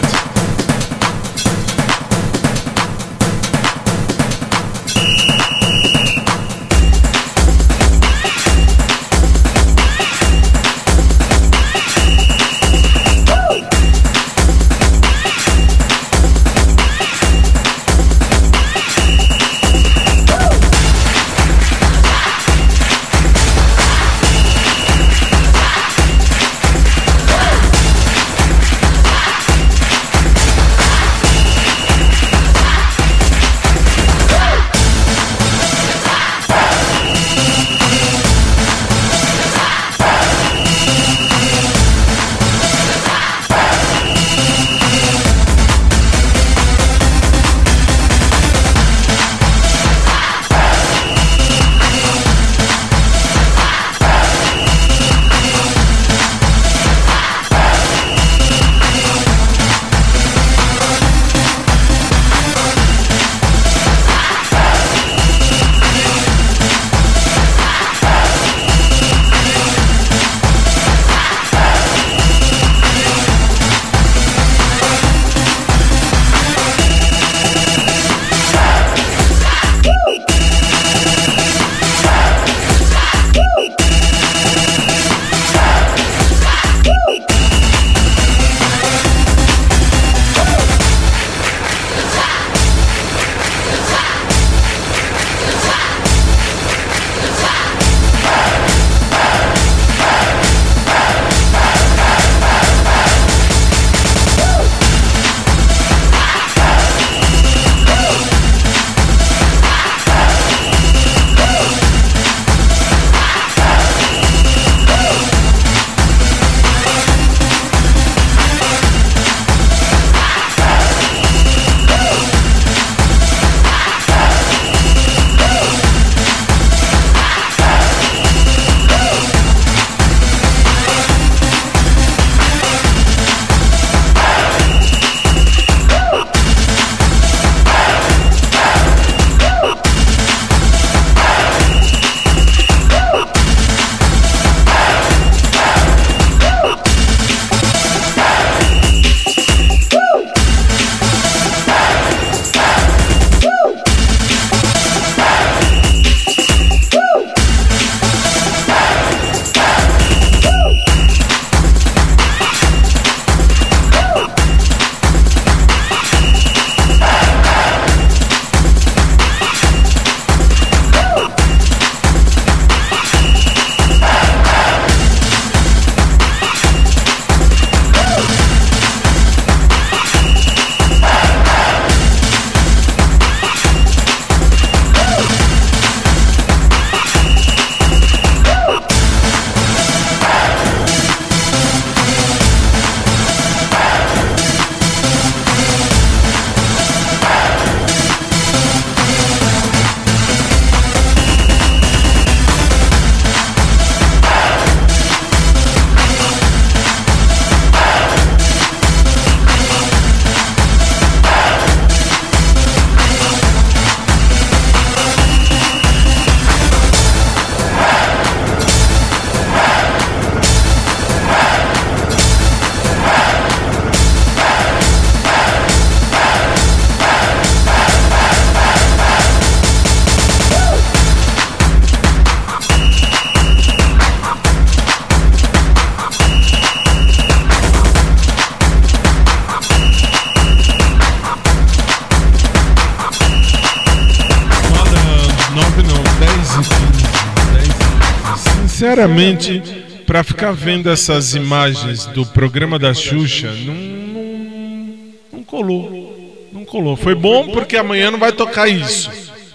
Sinceramente, para ficar vendo essas imagens do programa da Xuxa, não, não, não colou. Não colou. Foi bom porque amanhã não vai tocar isso.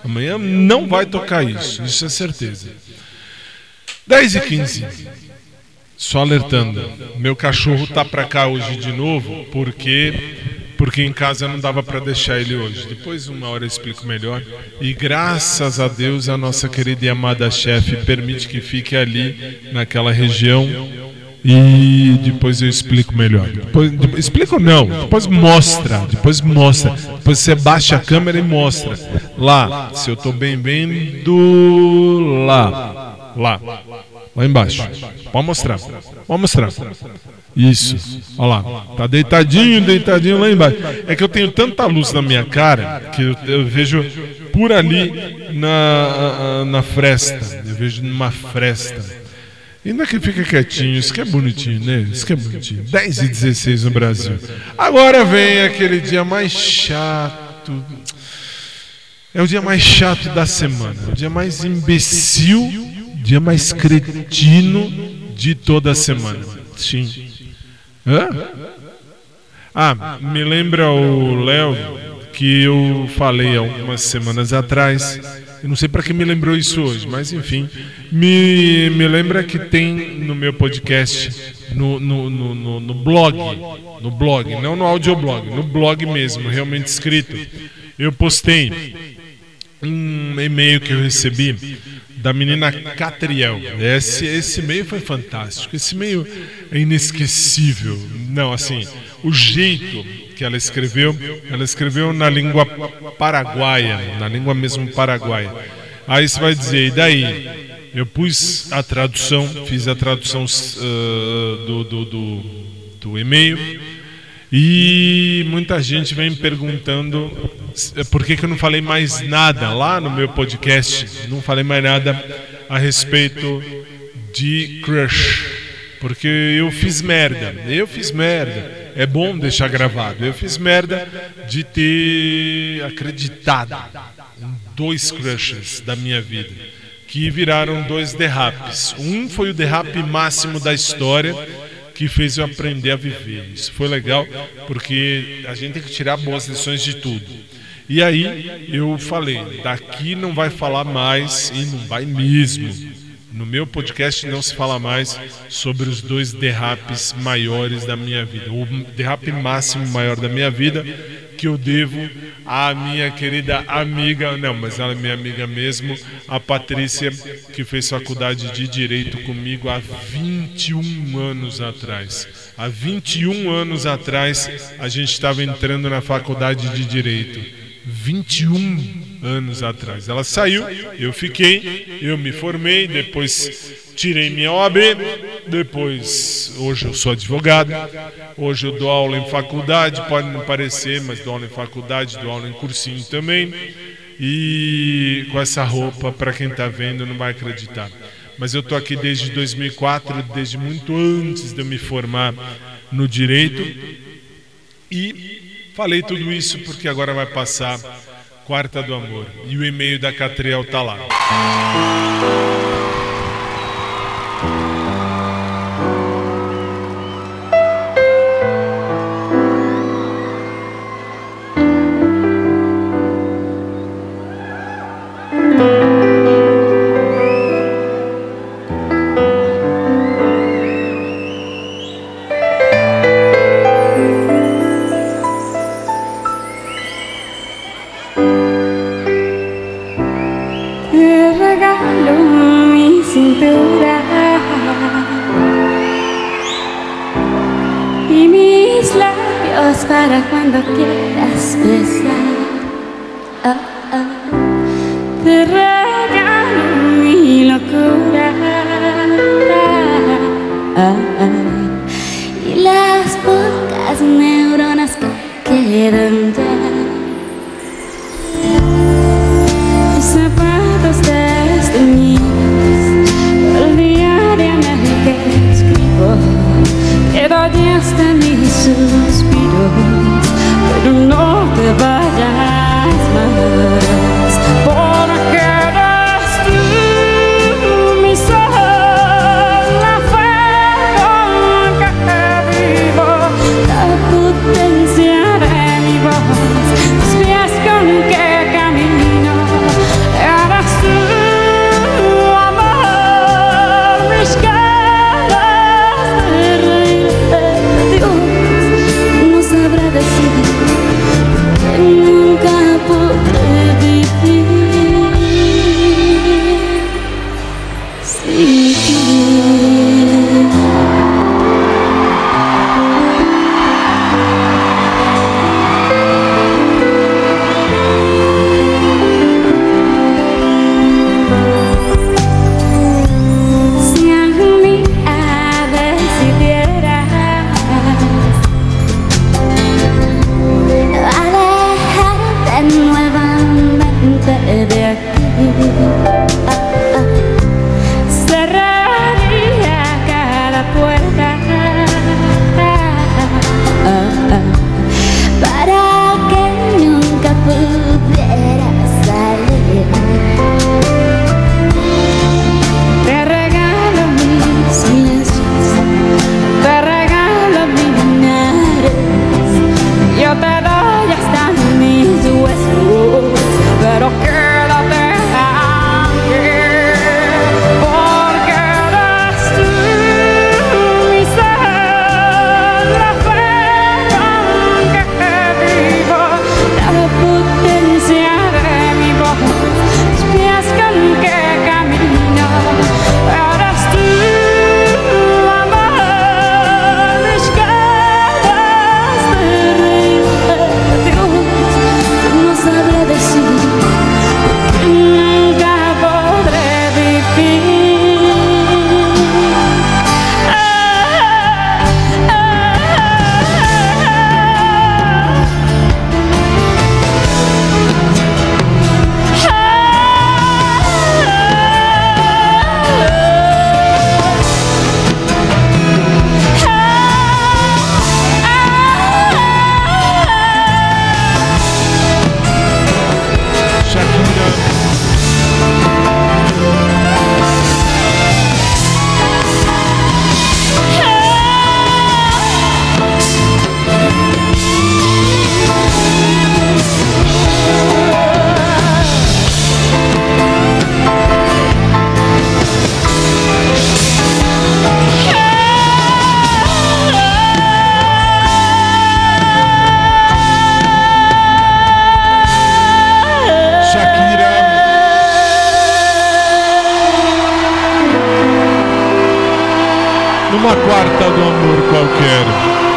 Amanhã não vai tocar isso, isso é certeza. dez e quinze. Só alertando, meu cachorro tá pra cá hoje de novo, porque porque em casa não dava pra deixar ele hoje. Depois uma hora eu explico melhor. E graças a Deus a nossa querida e amada chefe permite que fique ali naquela região. E depois eu explico melhor. Depois, depois, explico não, depois mostra, depois mostra. Depois você baixa a câmera e mostra. Lá, se eu tô bem vendo lá. Lá. Lá embaixo. Pode mostrar. Pode mostrar. Isso. Olha lá. Tá deitadinho, deitadinho lá embaixo. É que eu tenho tanta luz na minha cara que eu, eu vejo por ali na, na fresta. Eu vejo numa fresta. Ainda que fica quietinho, isso que é bonitinho, né? Isso que é bonitinho. dez e dezesseis no Brasil. Agora vem aquele dia mais chato. É o dia mais chato da semana. O dia mais imbecil, o dia mais cretino de toda a semana. Sim. Hã? Ah, me lembra o Léo que eu falei há algumas semanas atrás. Eu não sei para que me lembrou isso hoje, mas enfim, me, me lembra que tem no meu podcast, no, no, no, no, no blog, no blog, não no audioblog, no blog mesmo, realmente escrito. Eu postei um e-mail que eu recebi da menina Catriel. Esse, esse e-mail foi fantástico, esse e-mail é inesquecível. Não, assim, o jeito que ela escreveu, ela escreveu na língua paraguaia, na língua mesmo paraguaia. Aí você vai dizer, e daí? Eu pus a tradução, fiz a tradução uh, do, do, do, do e-mail, e muita gente vem perguntando por que, que eu não falei mais nada lá no meu podcast, não falei mais nada a respeito de crush, porque eu fiz merda, eu fiz merda. É bom deixar gravado. Eu fiz merda de ter acreditado em dois crushes da minha vida, que viraram dois derrapes. Um foi o derrape máximo da história, que fez eu aprender a viver. Isso foi legal, porque a gente tem que tirar boas lições de tudo. E aí eu falei, daqui não vai falar mais, e não vai mesmo. No meu podcast não se fala mais sobre os dois derrapes maiores da minha vida. O derrape máximo maior da minha vida, que eu devo à minha querida amiga, não, mas ela é minha amiga mesmo, a Patrícia, que fez faculdade de Direito comigo há vinte e um anos atrás. Há vinte e um anos atrás a gente estava entrando na faculdade de Direito. vinte e um anos atrás. Ela saiu, eu fiquei, eu me formei, depois tirei minha O A B, depois, hoje eu sou advogado, hoje eu dou aula em faculdade, pode não parecer, mas dou aula em faculdade, dou aula em cursinho também, e com essa roupa, para quem está vendo, não vai acreditar. Mas eu estou aqui desde dois mil e quatro, desde muito antes de eu me formar no direito, e falei tudo isso porque agora vai passar Quarta do Amor. E o e-mail da Catriel tá lá. Para cuando quieras besar, oh, oh. Te regalo mi locura, oh, oh. Y las pocas neuronas que quedan ya. Mis zapatos destemidos, el diario en el que escribo, te doy hasta mis suspiros. Pero no te vayas más, porque eres tú mi sol, la fe con que vivo, la potencia de mi voz, los pies con que camino, uma quarta do amor qualquer.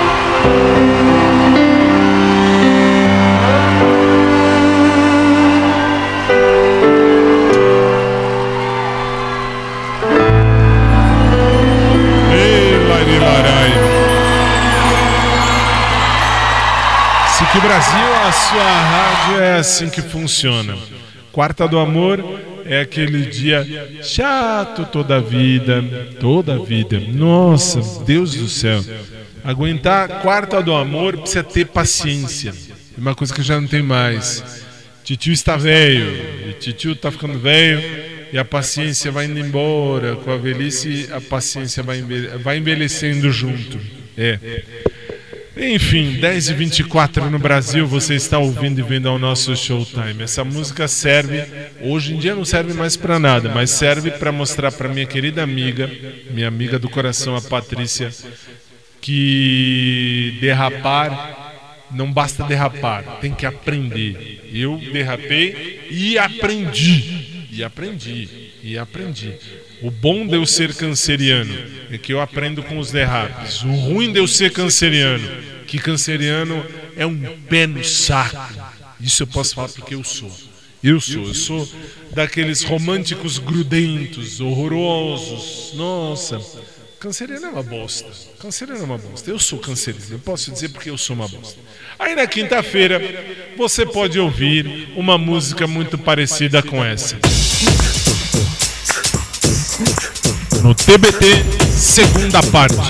Que Brasil, a sua rádio é assim que funciona. Quarta do amor é aquele dia chato toda a vida, toda a vida. Nossa, Deus do céu. Aguentar quarta do amor precisa ter paciência. É uma coisa que já não tem mais. Titio está velho, e titio está ficando velho, e a paciência vai indo embora. Com a velhice, a paciência vai envelhe- vai envelhecendo junto. É. Enfim, dez e vinte e quatro no Brasil, você está ouvindo e vendo ao nosso Showtime. Essa música serve, hoje em dia não serve mais para nada, mas serve para mostrar para minha querida amiga, minha amiga do coração, a Patrícia, que derrapar não basta derrapar, tem que aprender. Eu derrapei e aprendi, e aprendi, e aprendi. O bom de eu ser canceriano é que eu aprendo com os derrapes. O ruim de eu ser canceriano, que canceriano é um pé no saco. Isso eu posso falar porque eu sou. Eu sou, eu sou daqueles românticos grudentos, horrorosos. Nossa, canceriano é uma bosta. Canceriano é uma bosta. Eu sou canceriano, eu posso dizer porque eu sou uma bosta. Aí na quinta-feira você pode ouvir uma música muito parecida com essa. No T B T, segunda parte.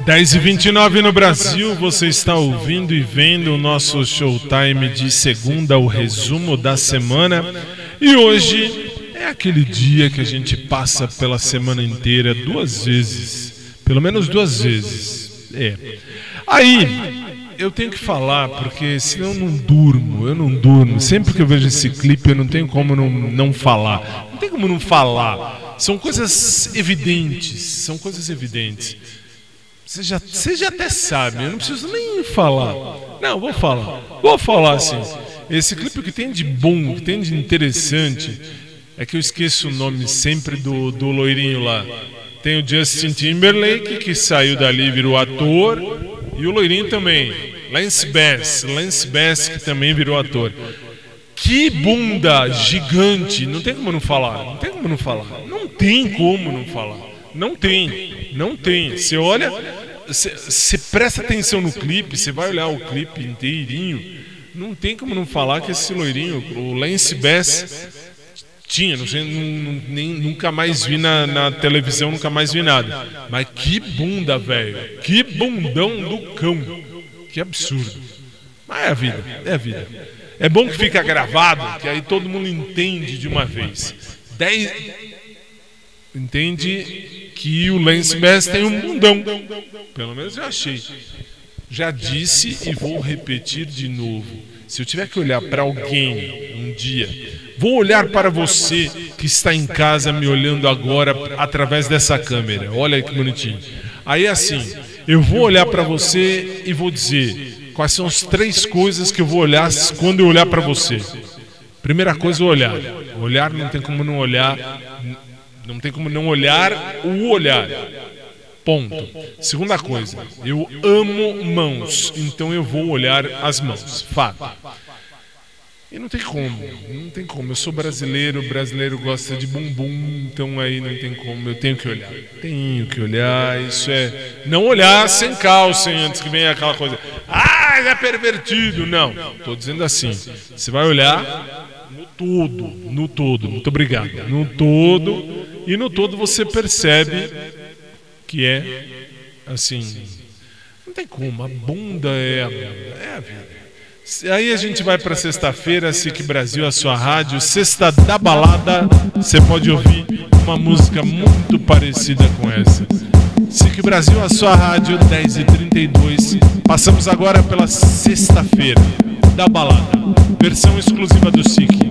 dez e vinte e nove no Brasil, você está ouvindo e vendo o nosso Showtime de segunda, o resumo da semana. E hoje é aquele dia que a gente passa pela semana inteira duas vezes, pelo menos duas vezes. É. Aí eu tenho que falar, porque senão eu não durmo, eu não durmo. Sempre que eu vejo esse clipe eu não tenho como não, não falar. Não tem como não falar. São coisas evidentes, são coisas evidentes. Você já, você já até sabe, eu não preciso nem falar. Não, vou falar, vou falar assim. Esse clipe que tem de bom, que tem de interessante, é que eu esqueço o nome sempre do, do loirinho lá. Tem o Justin Timberlake, que saiu dali e virou ator. E o loirinho também, Lance Bass, Lance Bass, que também virou ator. Que bunda gigante, não tem como não falar, não tem como não falar, não tem como não falar, não tem, não tem. Você olha, você presta atenção no clipe, você vai olhar o clipe inteirinho, não tem como não falar que esse loirinho, o Lance Bass, tinha, não sei, não, nem, nunca mais vi na, na televisão, nunca mais vi nada. Mas que bunda, velho. Que bundão do cão. Que absurdo. Mas é a vida, é a vida. É bom que fica gravado, que aí todo mundo entende de uma vez. Dez... Entende que o Lance Bass tem um bundão. Pelo menos eu achei. Já disse e vou repetir de novo. Se eu tiver que olhar para alguém um dia, vou olhar para você que está em casa me olhando agora através dessa câmera. Olha aí que bonitinho. Aí assim, eu vou olhar para você e vou dizer quais são as três coisas que eu vou olhar quando eu olhar para você. Primeira coisa, o olhar. O olhar não tem como não olhar, não tem como não olhar o olhar. Ponto. Segunda coisa, eu amo mãos, então eu vou olhar as mãos. Fato. E não tem como, não tem como. Eu sou brasileiro, o brasileiro gosta de bumbum, então aí não tem como. Eu tenho que olhar. Tenho que olhar, isso é. Não olhar sem calça, hein, antes que venha aquela coisa. Ah, é pervertido. Não, estou dizendo assim. Você vai olhar no todo, no todo. Muito obrigado. No todo, e no todo você percebe que é assim, não tem como, a bunda é a, é a vida. Aí a gente vai para sexta-feira, S I C Brasil, a sua rádio, Sexta da Balada. Você pode ouvir uma música muito parecida com essa. S I C Brasil, a sua rádio, dez e trinta e dois. Passamos agora pela Sexta-feira da Balada, versão exclusiva do S I C.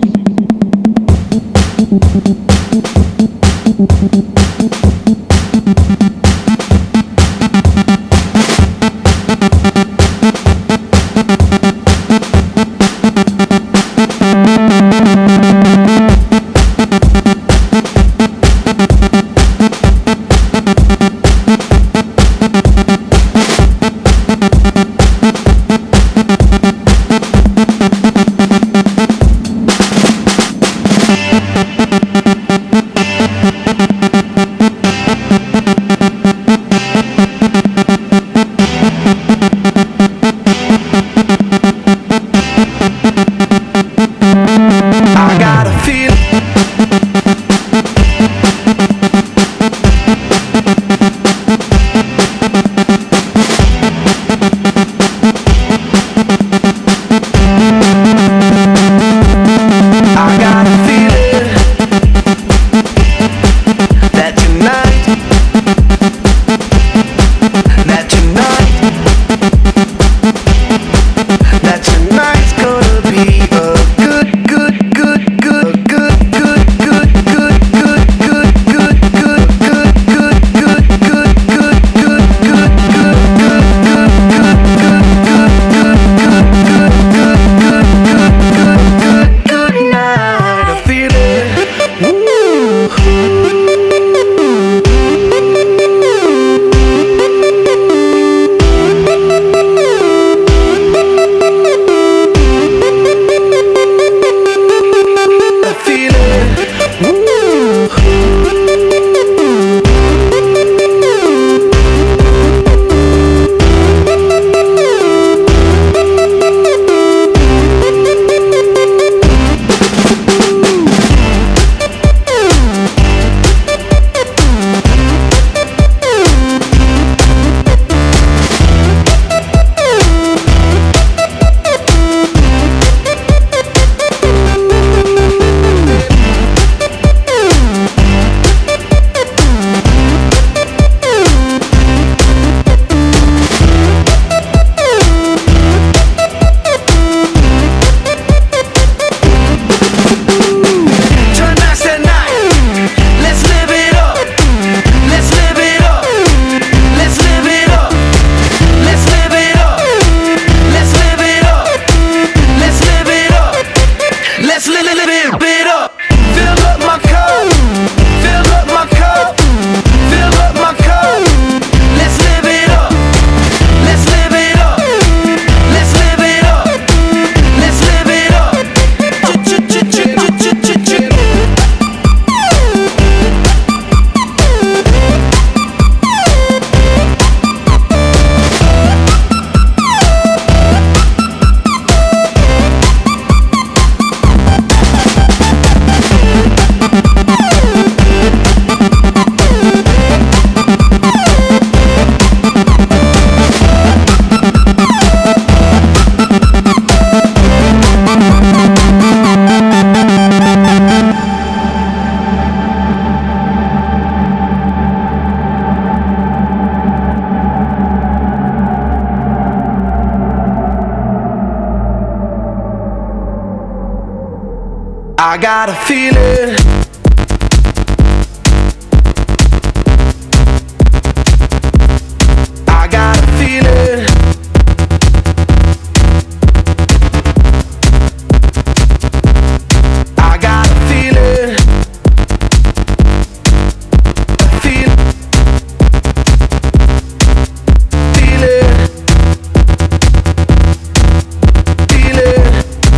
I got a feeling got a feeling. I got a feeling. I got a feeling. A feeling. Feeling. Feeling.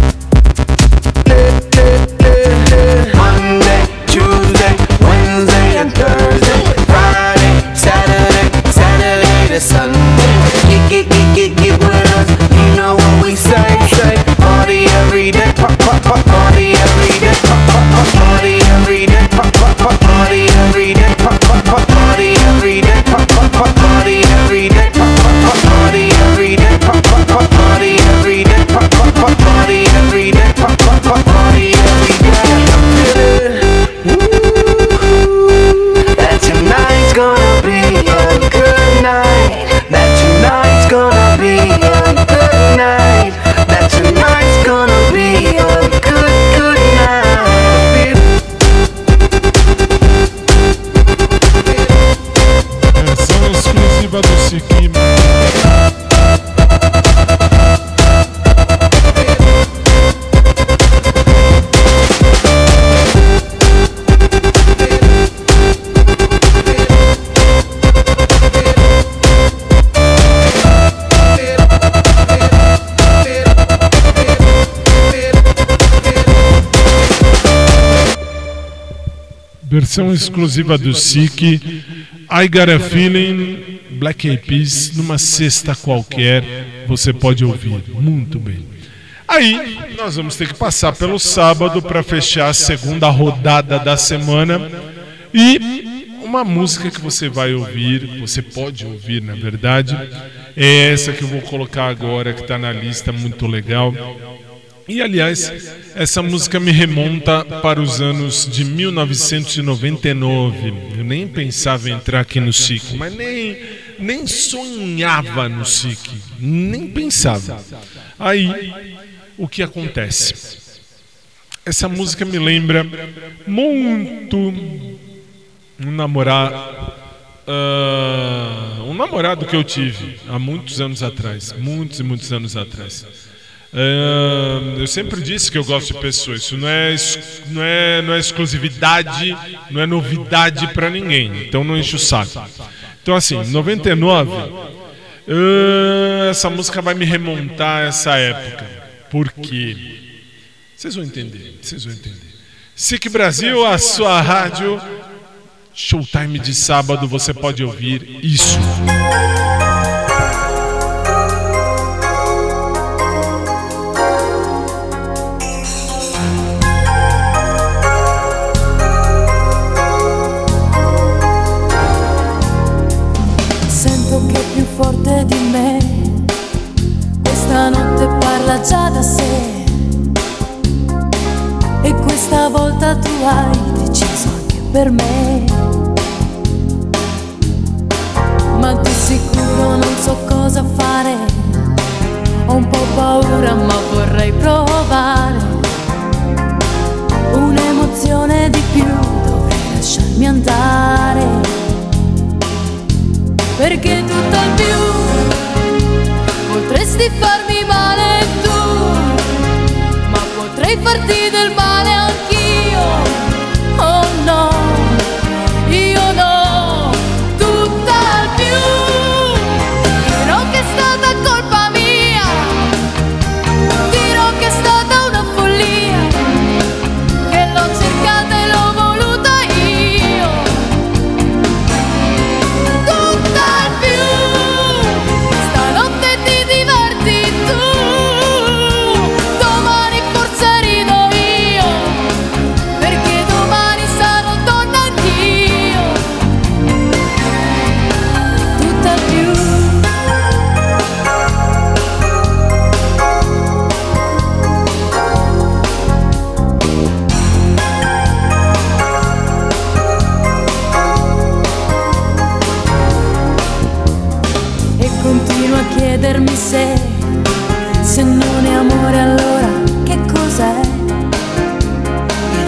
Monday, Tuesday, Wednesday and Thursday, Friday, Saturday, Saturday to Sunday. Get, get, get, get, get with us. You know what we say, say. Party every day, pop, pop, pop, party every day, pop, pop, pop, party every day, pop, pop, pop, party every day, pop, pop, pop, party every day, pop, pop, pop, party every day, pop, pop, pop, party every day, pop, pop, pop, party every day, pop, pop, pop, party every day, pop, pop, pop, party every day. That tonight's gonna be a good night. That tonight's gonna be a good night. That tonight's gonna be a good, good night. Versão exclusiva do Siquim. Versão exclusiva do Sick, I Got a Feeling, Black Eyed Peas, numa sexta qualquer, você pode ouvir muito bem. Aí, nós vamos ter que passar pelo sábado para fechar a segunda rodada da semana. E uma música que você vai ouvir, você pode ouvir na verdade, é essa que eu vou colocar agora, que está na lista, muito legal. E aliás, essa música me remonta para os anos de mil novecentos e noventa e nove. Eu nem pensava em entrar aqui no S I C, mas nem, nem sonhava no S I C, nem pensava. Aí, o que acontece? Essa música me lembra muito um namorado, uh, um namorado que eu tive há muitos anos atrás, muitos e muitos anos atrás. Uh, eu sempre disse que eu gosto de pessoas. Isso não é, não é, não é exclusividade, não é novidade pra ninguém. Então não enche o saco. Então assim, em noventa e nove, uh, essa música vai me remontar a essa época. Por quê? Vocês vão entender, vocês vão entender. S I C Brasil, a sua rádio. Showtime de sábado, você pode ouvir isso. Forte di me, questa notte parla già da sé, e questa volta tu hai deciso anche per me. Ma di sicuro non so cosa fare, ho un po' paura ma vorrei provare, un'emozione di più, dovrei lasciarmi andare. Perché tutto al più potresti farmi male tu, ma potrei farti del male anch'io. Oh no, io no, tutto al più. Dirò che è stata colpa mia, dirò che è stata una follia, che l'ho cercata e l'ho voluta io. Tutto al più, stanotte ti diverti tu, domani forse rido io, perché domani sarò donna anch'io. Tutto al più. E continuo a chiedermi se, se non è amore allora che cos'è? Il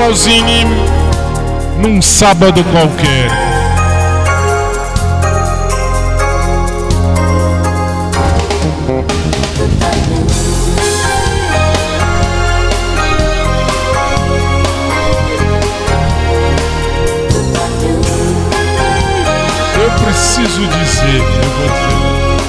Pausini, num sábado qualquer. Eu preciso dizer, eu vou dizer.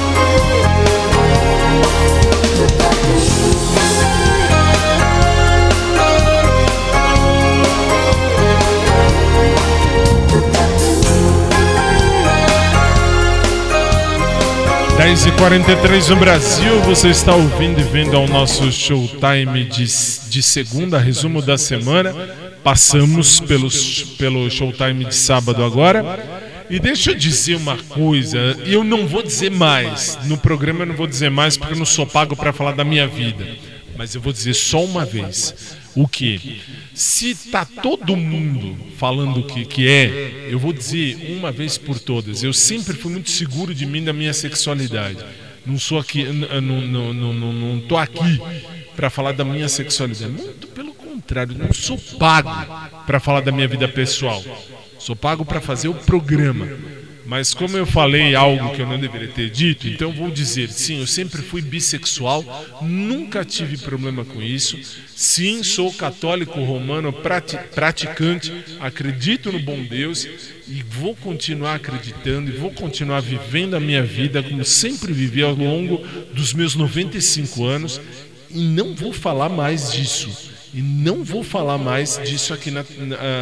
dez e quarenta e três no Brasil, você está ouvindo e vendo ao nosso Showtime de, de segunda, resumo da semana. Passamos pelos, pelo Showtime de sábado agora. E deixa eu dizer uma coisa, eu não vou dizer mais, no programa eu não vou dizer mais porque eu não sou pago para falar da minha vida. Mas eu vou dizer só uma vez, o que? Se tá todo mundo falando o que, que é, eu vou dizer uma vez por todas, eu sempre fui muito seguro de mim, da minha sexualidade. Não sou aqui, não, não, não, não, não tô aqui para falar da minha sexualidade. Muito pelo contrário, não sou pago para falar da minha vida pessoal. Sou pago para fazer o programa. Mas como eu falei algo que eu não deveria ter dito, então eu vou dizer, sim, eu sempre fui bissexual, nunca tive problema com isso. Sim, sou católico romano prati- praticante, acredito no bom Deus e vou continuar acreditando e vou continuar vivendo a minha vida como sempre vivi ao longo dos meus noventa e cinco anos e não vou falar mais disso. E não vou falar mais disso aqui na,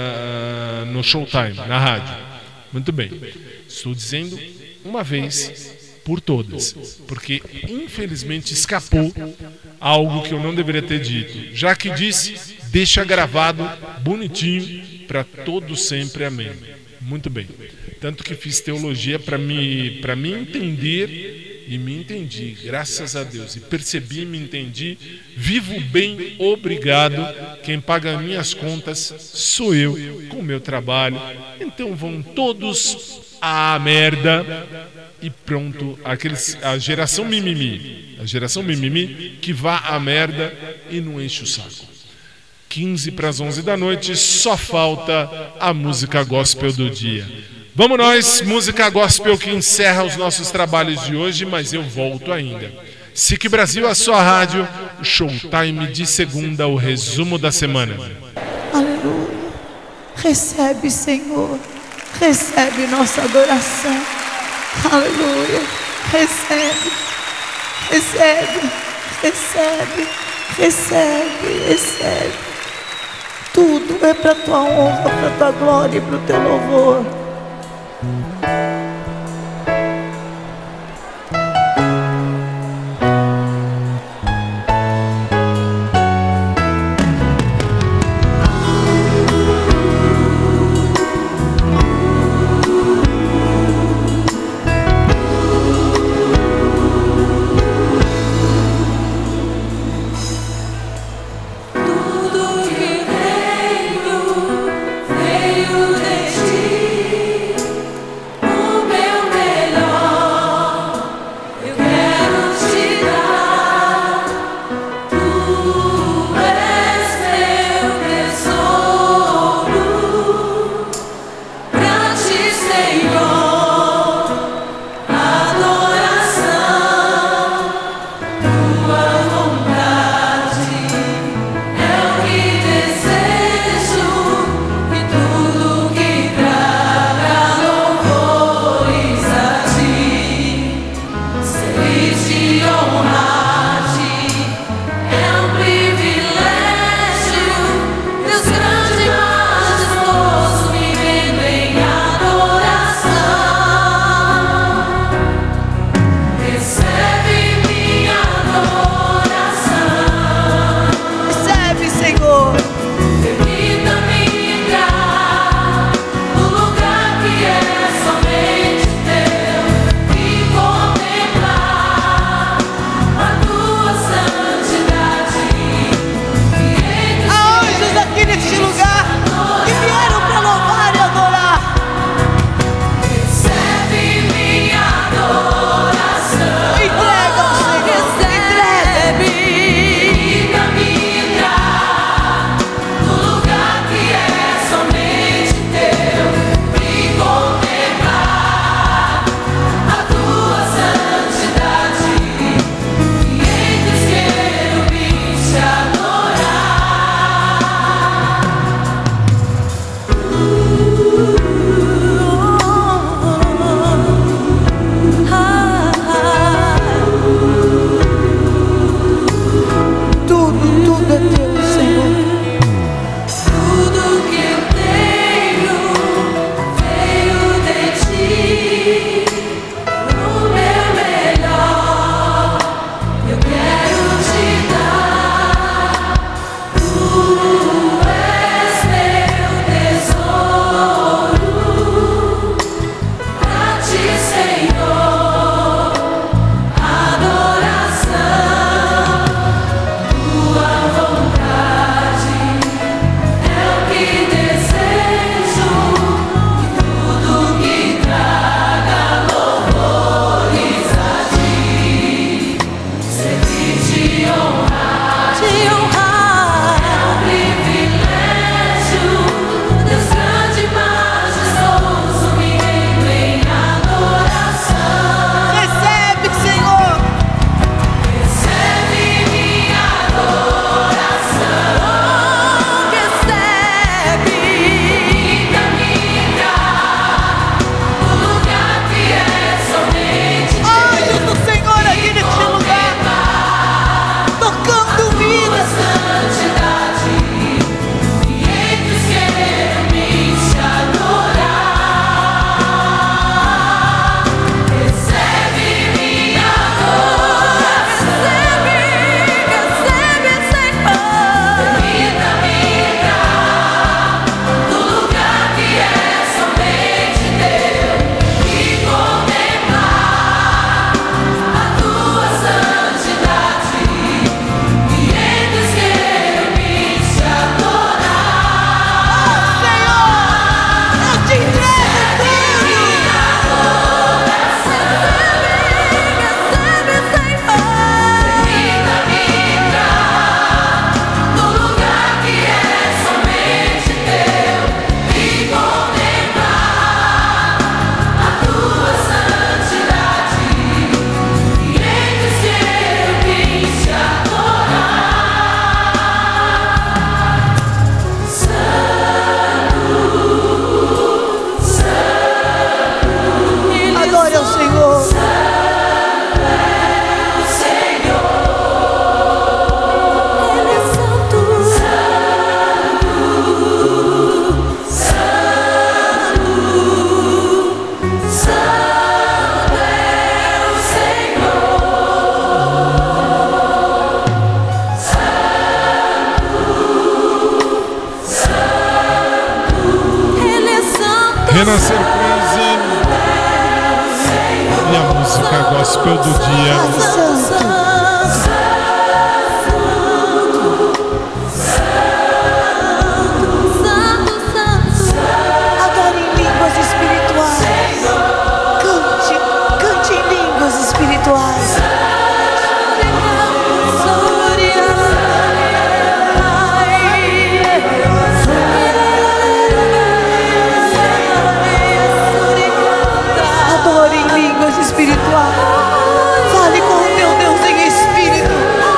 na, no Showtime, na rádio. Muito bem. Estou dizendo uma vez por todas, porque infelizmente escapou algo que eu não deveria ter dito. Já que disse, deixa gravado bonitinho para todo sempre, amém. Muito bem. Tanto que fiz teologia para me, para me entender e me entendi, graças a Deus. E percebi e me entendi. Vivo bem, obrigado. Quem paga minhas contas sou eu, com o meu trabalho. Então vão todos à merda. E pronto, aqueles, a geração mimimi. A geração mimimi que vá à merda e não enche o saco. quinze para as onze da noite, só falta a música gospel do dia. Vamos nós, música gospel que encerra os nossos trabalhos de hoje, mas eu volto ainda. S I C Brasil, a sua rádio, Showtime de segunda, o resumo da semana. Aleluia. Recebe, Senhor. Recebe nossa adoração. Aleluia. Recebe. Recebe. Recebe. Recebe. Recebe. Tudo é para tua honra, para tua glória e para o teu louvor. Deus grande e majestoso, me rendo em adoração. Renascer Praise e a música gospel do dia. Fale com o meu Deus em espírito.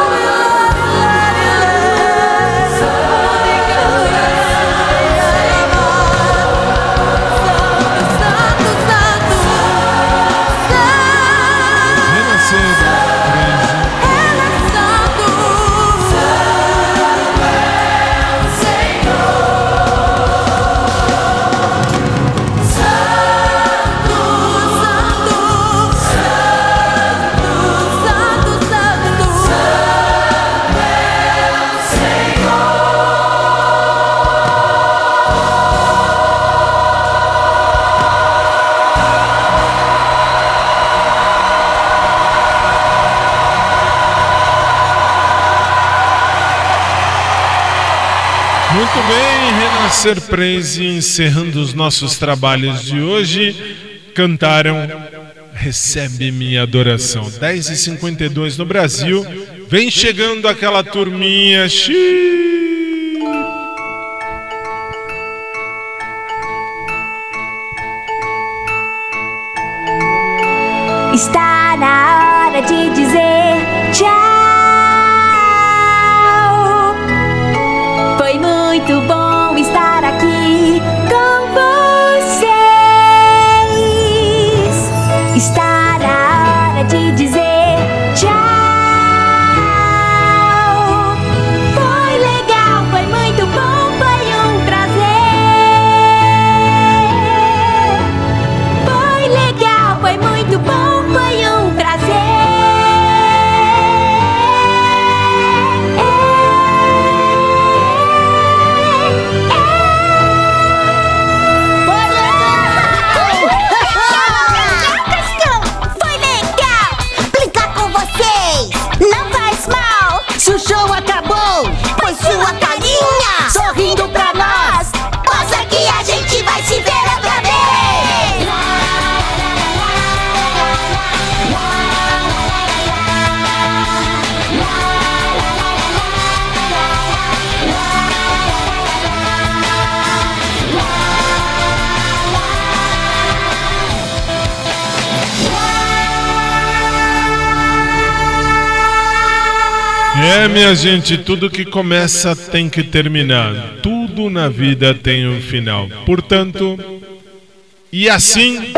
Muito bem, Renascer Praise, encerrando os nossos trabalhos de hoje, cantaram Recebe Minha Adoração. dez e cinquenta e dois no Brasil, vem chegando aquela turminha. Xiii. Está na hora de dizer tchau. Foi muito bom estar aqui com vocês. Está na hora de dizer tchau. Foi legal, foi muito bom, foi um prazer. Foi legal, foi muito bom, foi um prazer. Não faz mal, se o show acabou, põe sua carinha sorrindo pra nós. Mostra que a gente vai se ver outra vez. É, minha gente, tudo que começa tem que terminar. Tudo na vida tem um final. Portanto, e assim...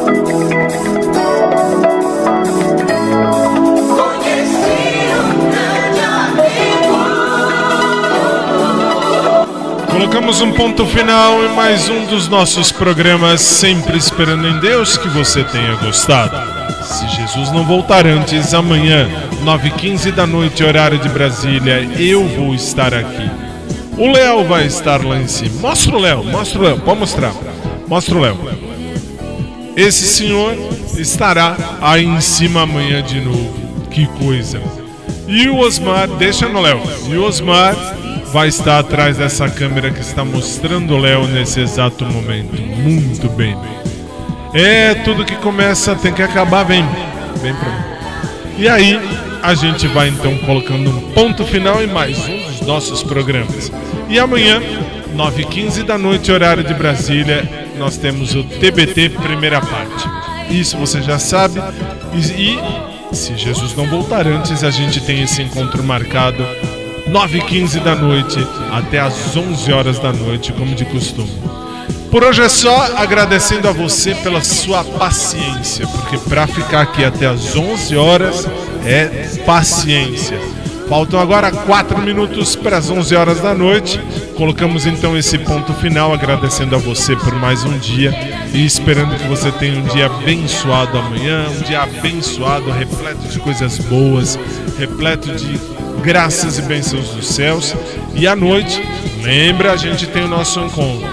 Colocamos um ponto final em mais um dos nossos programas, sempre esperando em Deus que você tenha gostado. Se Jesus não voltar antes, amanhã, nove e quinze da noite, horário de Brasília, eu vou estar aqui. O Léo vai estar lá em cima. Mostra o Léo, mostra o Léo, pode mostrar. Mostra o Léo. Esse senhor estará aí em cima amanhã de novo. Que coisa. E o Osmar, deixa no Léo. E o Osmar vai estar atrás dessa câmera que está mostrando o Léo nesse exato momento. Muito bem. É, tudo que começa tem que acabar, vem. Vem pra mim. E aí, a gente vai então colocando um ponto final em mais um dos nossos programas. E amanhã, nove e quinze da noite, horário de Brasília, nós temos o T B T primeira parte. Isso você já sabe. E, e se Jesus não voltar antes, a gente tem esse encontro marcado nove e quinze da noite até as onze horas da noite, como de costume. Por hoje é só, agradecendo a você pela sua paciência, porque para ficar aqui até as onze horas é paciência. Faltam agora quatro minutos para as onze horas da noite. Colocamos então esse ponto final, agradecendo a você por mais um dia e esperando que você tenha um dia abençoado amanhã, um dia abençoado, repleto de coisas boas, repleto de graças e bênçãos dos céus. E à noite, lembra, a gente tem o nosso encontro.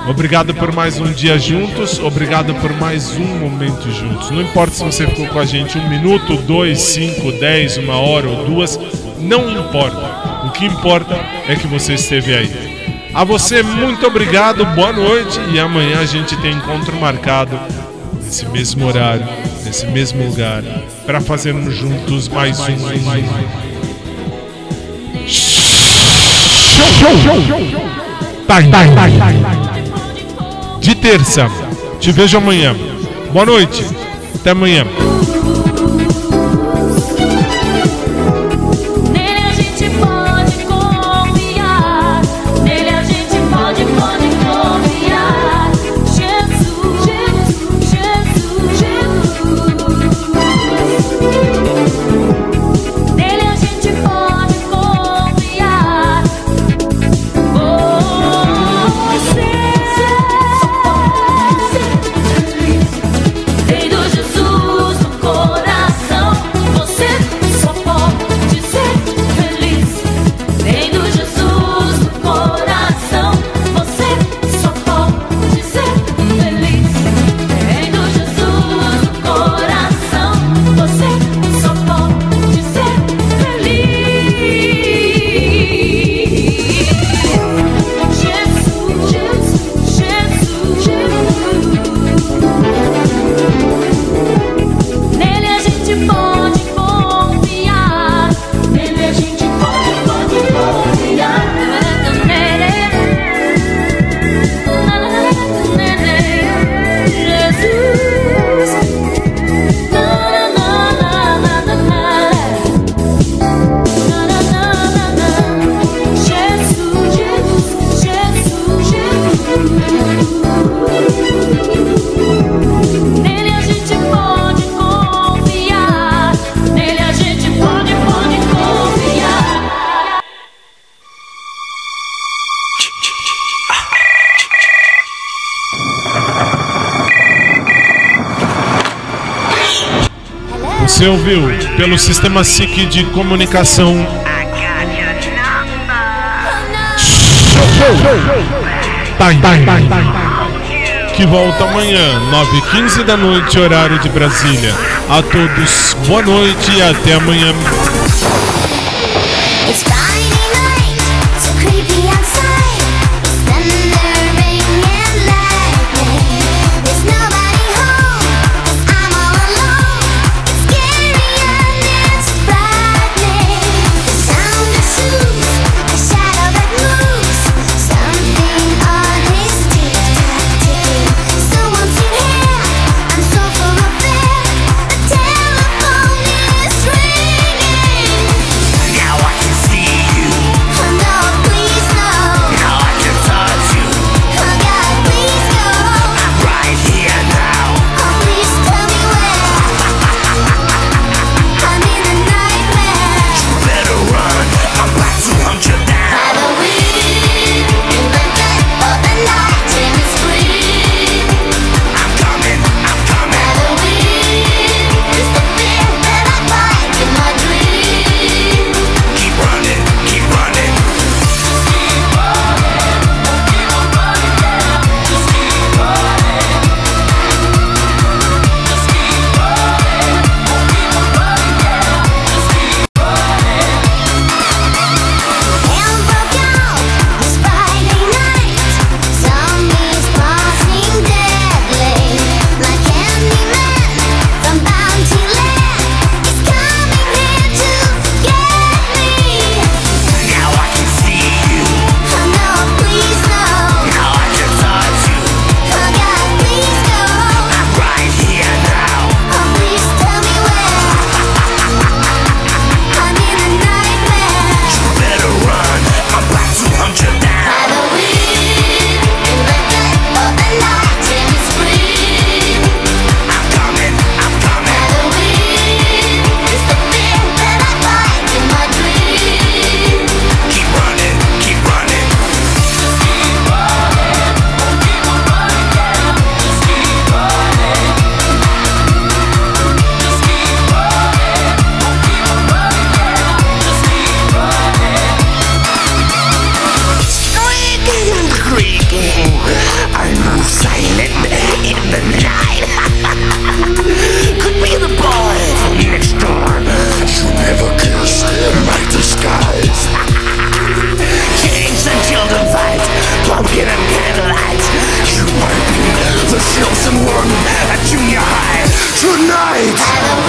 Obrigado por mais um dia juntos, obrigado por mais um momento juntos. Não importa se você ficou com a gente um minuto, dois, cinco, dez, uma hora ou duas, não importa. O que importa é que você esteve aí. A você, muito obrigado, boa noite, e amanhã a gente tem encontro marcado nesse mesmo horário, nesse mesmo lugar, para fazermos juntos mais um. Mais um. Show, show, show, show. Time, time, time. De terça, te vejo amanhã. Boa noite, até amanhã. Você ouviu pelo Sistema S I C de comunicação. Time, time, time. Que volta amanhã, nove e quinze da noite, horário de Brasília. A todos, boa noite e até amanhã. Ringing. tonight.